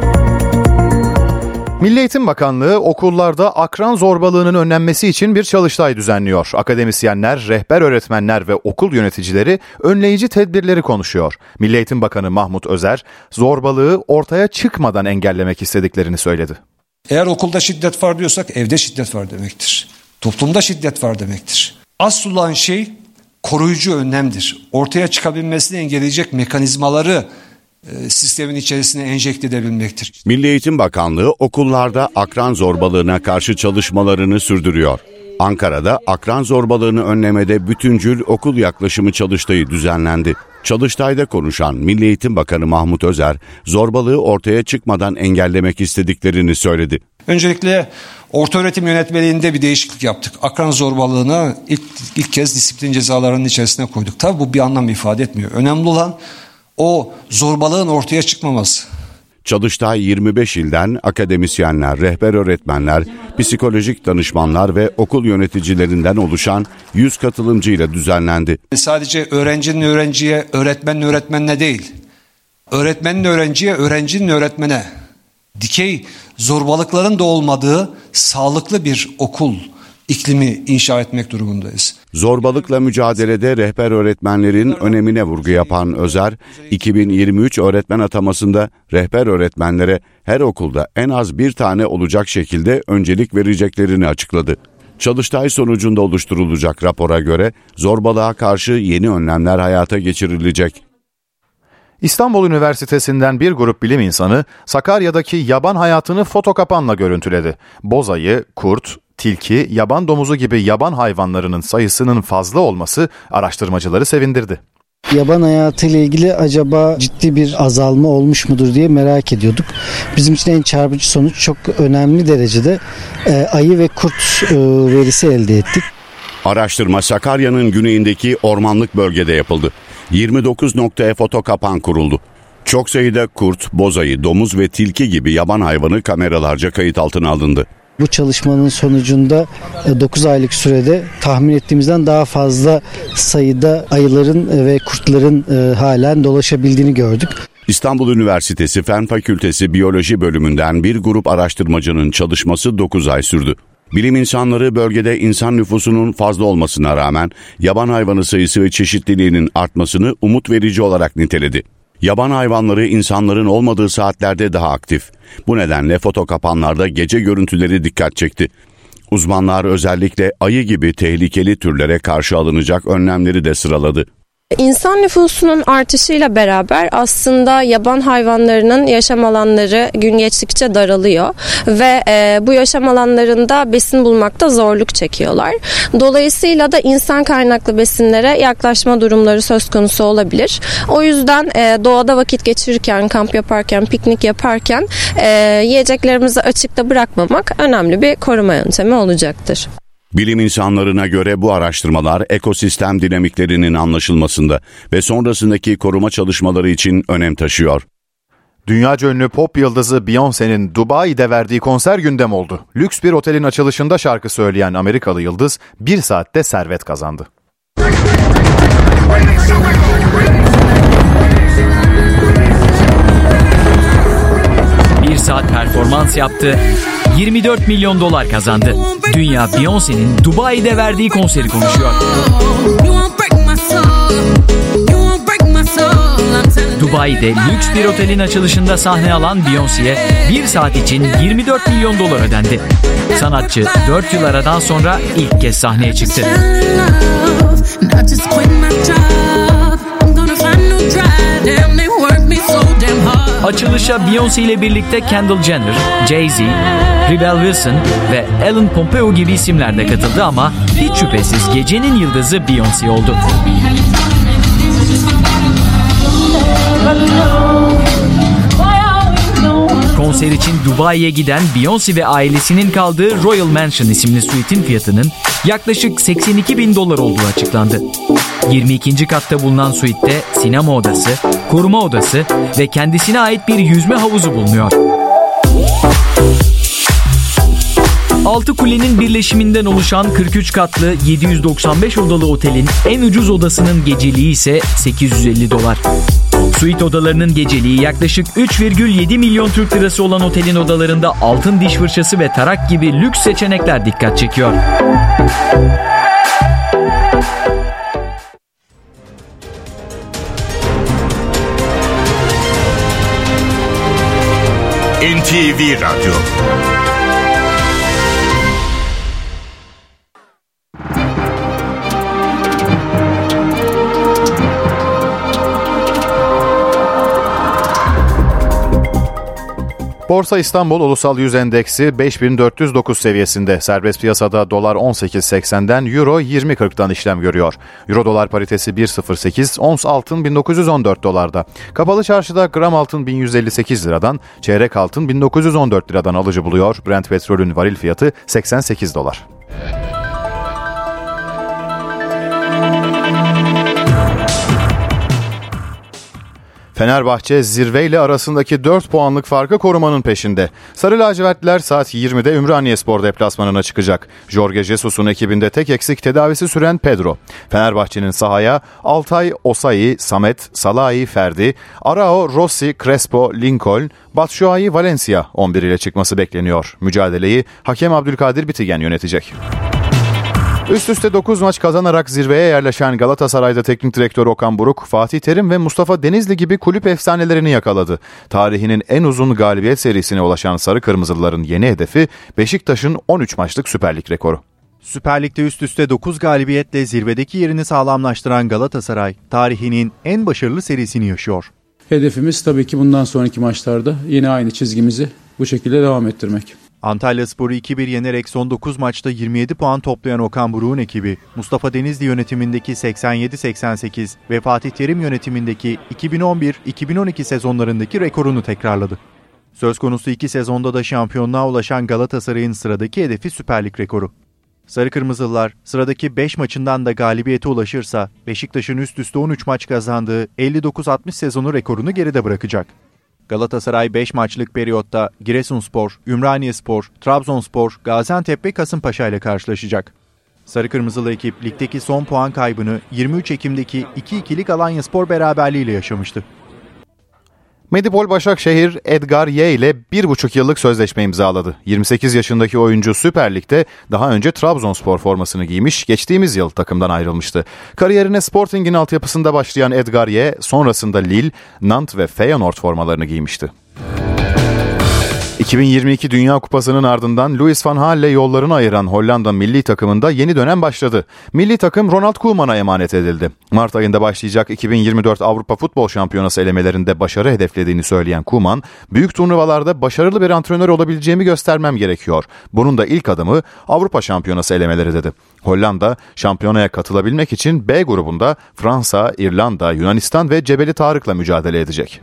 A: Milli Eğitim Bakanlığı okullarda akran zorbalığının önlenmesi için bir çalıştay düzenliyor. Akademisyenler, rehber öğretmenler ve okul yöneticileri önleyici tedbirleri konuşuyor. Milli Eğitim Bakanı Mahmut Özer, zorbalığı ortaya çıkmadan engellemek istediklerini söyledi.
T: Eğer okulda şiddet var diyorsak evde şiddet var demektir. Toplumda şiddet var demektir. Asıl olan şey koruyucu önlemdir. Ortaya çıkabilmesini engelleyecek mekanizmaları e, sistemin içerisine enjekte edebilmektir.
C: Milli Eğitim Bakanlığı okullarda akran zorbalığına karşı çalışmalarını sürdürüyor. Ankara'da akran zorbalığını önlemede bütüncül okul yaklaşımı çalıştayı düzenlendi. Çalıştay'da konuşan Milli Eğitim Bakanı Mahmut Özer, zorbalığı ortaya çıkmadan engellemek istediklerini söyledi.
T: Öncelikle ortaöğretim yönetmeliğinde bir değişiklik yaptık. Akran zorbalığını ilk, ilk kez disiplin cezalarının içerisine koyduk. Tabii bu bir anlam ifade etmiyor. Önemli olan o zorbalığın ortaya çıkmaması.
C: Çalıştay yirmi beş ilden akademisyenler, rehber öğretmenler, psikolojik danışmanlar ve okul yöneticilerinden oluşan yüz katılımcıyla düzenlendi.
T: Sadece öğrencinin öğrenciye, öğretmenin öğretmenine değil, öğretmenin öğrenciye, öğrencinin öğretmene, dikey zorbalıkların da olmadığı sağlıklı bir okul iklimi inşa etmek durumundayız.
C: Zorbalıkla mücadelede rehber öğretmenlerin önemine vurgu yapan Özer, iki bin yirmi üç öğretmen atamasında rehber öğretmenlere her okulda en az bir tane olacak şekilde öncelik vereceklerini açıkladı. Çalıştay sonucunda oluşturulacak rapora göre zorbalığa karşı yeni önlemler hayata geçirilecek.
A: İstanbul Üniversitesi'nden bir grup bilim insanı Sakarya'daki yaban hayatını fotokapanla görüntüledi. Bozayı, kurt, tilki, yaban domuzu gibi yaban hayvanlarının sayısının fazla olması araştırmacıları sevindirdi.
F: Yaban hayatı ile ilgili acaba ciddi bir azalma olmuş mudur diye merak ediyorduk. Bizim için en çarpıcı sonuç çok önemli derecede e, ayı ve kurt e, verisi elde ettik.
C: Araştırma Sakarya'nın güneyindeki ormanlık bölgede yapıldı. yirmi dokuz noktaya fotokapan kuruldu. Çok sayıda kurt, bozayı, domuz ve tilki gibi yaban hayvanı kameralarca kayıt altına alındı.
F: Bu çalışmanın sonucunda dokuz aylık sürede tahmin ettiğimizden daha fazla sayıda ayıların ve kurtların halen dolaşabildiğini gördük.
C: İstanbul Üniversitesi Fen Fakültesi Biyoloji Bölümünden bir grup araştırmacının çalışması dokuz ay sürdü. Bilim insanları bölgede insan nüfusunun fazla olmasına rağmen yaban hayvanı sayısı ve çeşitliliğinin artmasını umut verici olarak niteledi. Yaban hayvanları insanların olmadığı saatlerde daha aktif. Bu nedenle fotokapanlarda gece görüntüleri dikkat çekti. Uzmanlar özellikle ayı gibi tehlikeli türlere karşı alınacak önlemleri de sıraladı.
J: İnsan nüfusunun artışıyla beraber aslında yaban hayvanlarının yaşam alanları gün geçtikçe daralıyor ve e, bu yaşam alanlarında besin bulmakta zorluk çekiyorlar. Dolayısıyla da insan kaynaklı besinlere yaklaşma durumları söz konusu olabilir. O yüzden e, doğada vakit geçirirken, kamp yaparken, piknik yaparken e, yiyeceklerimizi açıkta bırakmamak önemli bir koruma yöntemi olacaktır.
C: Bilim insanlarına göre bu araştırmalar ekosistem dinamiklerinin anlaşılmasında ve sonrasındaki koruma çalışmaları için önem taşıyor.
A: Dünyaca ünlü pop yıldızı Beyoncé'nin Dubai'de verdiği konser gündem oldu. Lüks bir otelin açılışında şarkı söyleyen Amerikalı yıldız bir saatte servet kazandı.
K: Bir saat performans yaptı, yirmi dört milyon dolar kazandı. Dünya Beyoncé'nin Dubai'de verdiği konseri konuşuyor. Dubai'de lüks bir otelin açılışında sahne alan Beyoncé'ye bir saat için yirmi dört milyon dolar ödendi. Sanatçı dört yıl aradan sonra ilk kez sahneye çıktı. Açılışa Beyoncé ile birlikte Kendall Jenner, Jay-Z, Rebel Wilson ve Ellen Pompeo gibi isimler de katıldı ama hiç şüphesiz gecenin yıldızı Beyoncé oldu. Konser için Dubai'ye giden Beyoncé ve ailesinin kaldığı Royal Mansion isimli suite'in fiyatının yaklaşık seksen iki bin dolar olduğu açıklandı. yirmi ikinci katta bulunan suite'de sinema odası, koruma odası ve kendisine ait bir yüzme havuzu bulunuyor. Altı kulenin birleşiminden oluşan kırk üç katlı yedi yüz doksan beş odalı otelin en ucuz odasının geceliği ise sekiz yüz elli dolar. Suite odalarının geceliği yaklaşık üç virgül yedi milyon Türk lirası olan otelin odalarında altın diş fırçası ve tarak gibi lüks seçenekler dikkat çekiyor.
B: N T V Radyo.
A: Borsa İstanbul Ulusal Yüz Endeksi beş bin dört yüz dokuz seviyesinde. Serbest piyasada dolar on sekiz seksenden, euro yirmi kırktan işlem görüyor. Euro dolar paritesi bir virgül sıfır sekiz, ons altın bin dokuz yüz on dört dolarda. Kapalı çarşıda gram altın bin yüz elli sekiz liradan, çeyrek altın bin dokuz yüz on dört liradan alıcı buluyor. Brent petrolün varil fiyatı seksen sekiz dolar. Fenerbahçe zirveyle arasındaki dört puanlık farkı korumanın peşinde. Sarı lacivertliler saat yirmide Ümraniye deplasmanına çıkacak. Jorge Jesus'un ekibinde tek eksik tedavisi süren Pedro. Fenerbahçe'nin sahaya Altay, Osayi, Samet, Salahi, Ferdi, Arao, Rossi, Crespo, Lincoln, Batshuayi, Valencia on bir ile çıkması bekleniyor. Mücadeleyi hakem Abdülkadir Bitigen yönetecek. Üst üste dokuz maç kazanarak zirveye yerleşen Galatasaray'da teknik direktör Okan Buruk, Fatih Terim ve Mustafa Denizli gibi kulüp efsanelerini yakaladı. Tarihinin en uzun galibiyet serisine ulaşan Sarı Kırmızılıların yeni hedefi Beşiktaş'ın on üç maçlık Süper Lig rekoru.
G: Süper Lig'de üst üste dokuz galibiyetle zirvedeki yerini sağlamlaştıran Galatasaray, tarihinin en başarılı serisini yaşıyor.
U: Hedefimiz tabii ki bundan sonraki maçlarda yine aynı çizgimizi bu şekilde devam ettirmek.
G: Antalyaspor'u iki bir yenerek son dokuz maçta yirmi yedi puan toplayan Okan Buruk'un ekibi, Mustafa Denizli yönetimindeki seksen yedi seksen sekiz ve Fatih Terim yönetimindeki iki bin on bir iki bin on iki sezonlarındaki rekorunu tekrarladı. Söz konusu iki sezonda da şampiyonluğa ulaşan Galatasaray'ın sıradaki hedefi Süper Lig rekoru. Sarı Kırmızılılar sıradaki beş maçından da galibiyete ulaşırsa Beşiktaş'ın üst üste on üç maç kazandığı elli dokuz altmış sezonu rekorunu geride bırakacak. Galatasaray beş maçlık periyotta Giresunspor, Ümraniyespor, Trabzonspor, Gaziantep ve Kasımpaşa ile karşılaşacak. Sarı Kırmızılı ekip ligdeki son puan kaybını yirmi üç Ekim'deki iki ikilik Alanyaspor beraberliğiyle yaşamıştı.
A: Medipol Başakşehir Edgar Y ile bir buçuk yıllık sözleşme imzaladı. yirmi sekiz yaşındaki oyuncu Süper Lig'de daha önce Trabzonspor formasını giymiş, geçtiğimiz yıl takımdan ayrılmıştı. Kariyerine Sporting'in altyapısında başlayan Edgar Y sonrasında Lille, Nantes ve Feyenoord formalarını giymişti. iki bin yirmi iki Dünya Kupası'nın ardından Louis van Gaal'le yollarını ayıran Hollanda milli takımında yeni dönem başladı. Milli takım Ronald Koeman'a emanet edildi. Mart ayında başlayacak iki bin yirmi dört Avrupa Futbol Şampiyonası elemelerinde başarı hedeflediğini söyleyen Koeman, büyük turnuvalarda başarılı bir antrenör olabileceğimi göstermem gerekiyor. Bunun da ilk adımı Avrupa Şampiyonası elemeleri dedi. Hollanda, şampiyonaya katılabilmek için B grubunda Fransa, İrlanda, Yunanistan ve Cebeli Tarık'la mücadele edecek.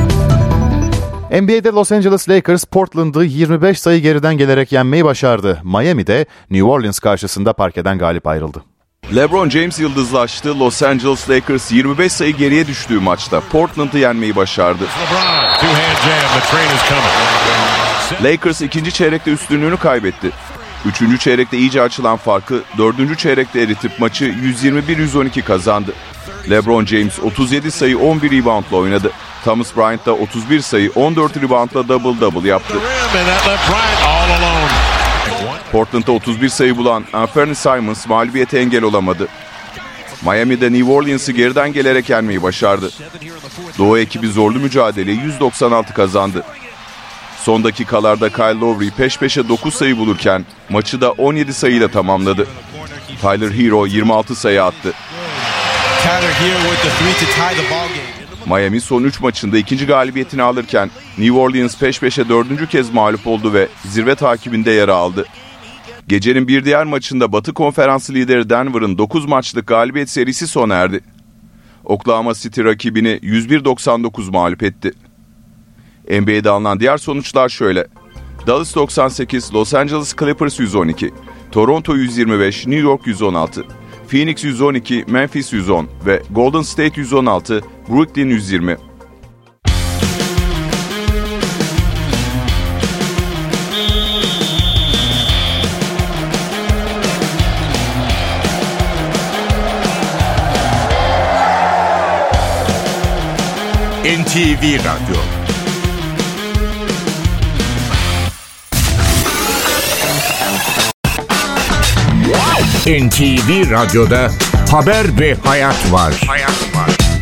A: N B A'de Los Angeles Lakers, Portland'ı yirmi beş sayı geriden gelerek yenmeyi başardı. Miami'de New Orleans karşısında parkeden galip ayrıldı.
V: LeBron James yıldızlaştı. Los Angeles Lakers yirmi beş sayı geriye düştüğü maçta Portland'ı yenmeyi başardı. Lakers ikinci çeyrekte üstünlüğünü kaybetti. Üçüncü çeyrekte iyice açılan farkı dördüncü çeyrekte eritip maçı yüz yirmi bir yüz on iki kazandı. LeBron James otuz yedi sayı on bir reboundla oynadı. Thomas Bryant da otuz bir sayı on dört reboundla double double yaptı. Portland'da otuz bir sayı bulan Anthony Simons mağlubiyete engel olamadı. Miami'de New Orleans'ı geriden gelerek yenmeyi başardı. Doğu ekibi zorlu mücadeleyi yüz doksan altı kazandı. Son dakikalarda Kyle Lowry peş peşe dokuz sayı bulurken maçı da on yedi sayıyla tamamladı. Tyler Hero yirmi altı sayı attı. Miami son üç maçında ikinci galibiyetini alırken New Orleans peş peşe dördüncü kez mağlup oldu ve zirve takibinde yer aldı. Gecenin bir diğer maçında Batı Konferansı lideri Denver'ın dokuz maçlık galibiyet serisi sona erdi. Oklahoma City rakibini yüz bir doksan dokuz mağlup etti. N B A'de alınan diğer sonuçlar şöyle: Dallas doksan sekiz, Los Angeles Clippers yüz on iki, Toronto yüz yirmi beş, New York yüz on altı, Phoenix yüz on iki, Memphis yüz on ve Golden State yüz on altı, Brooklyn yüz yirmi.
B: N T V Radyo. N T V Radyo'da haber ve hayat var. Hayat var.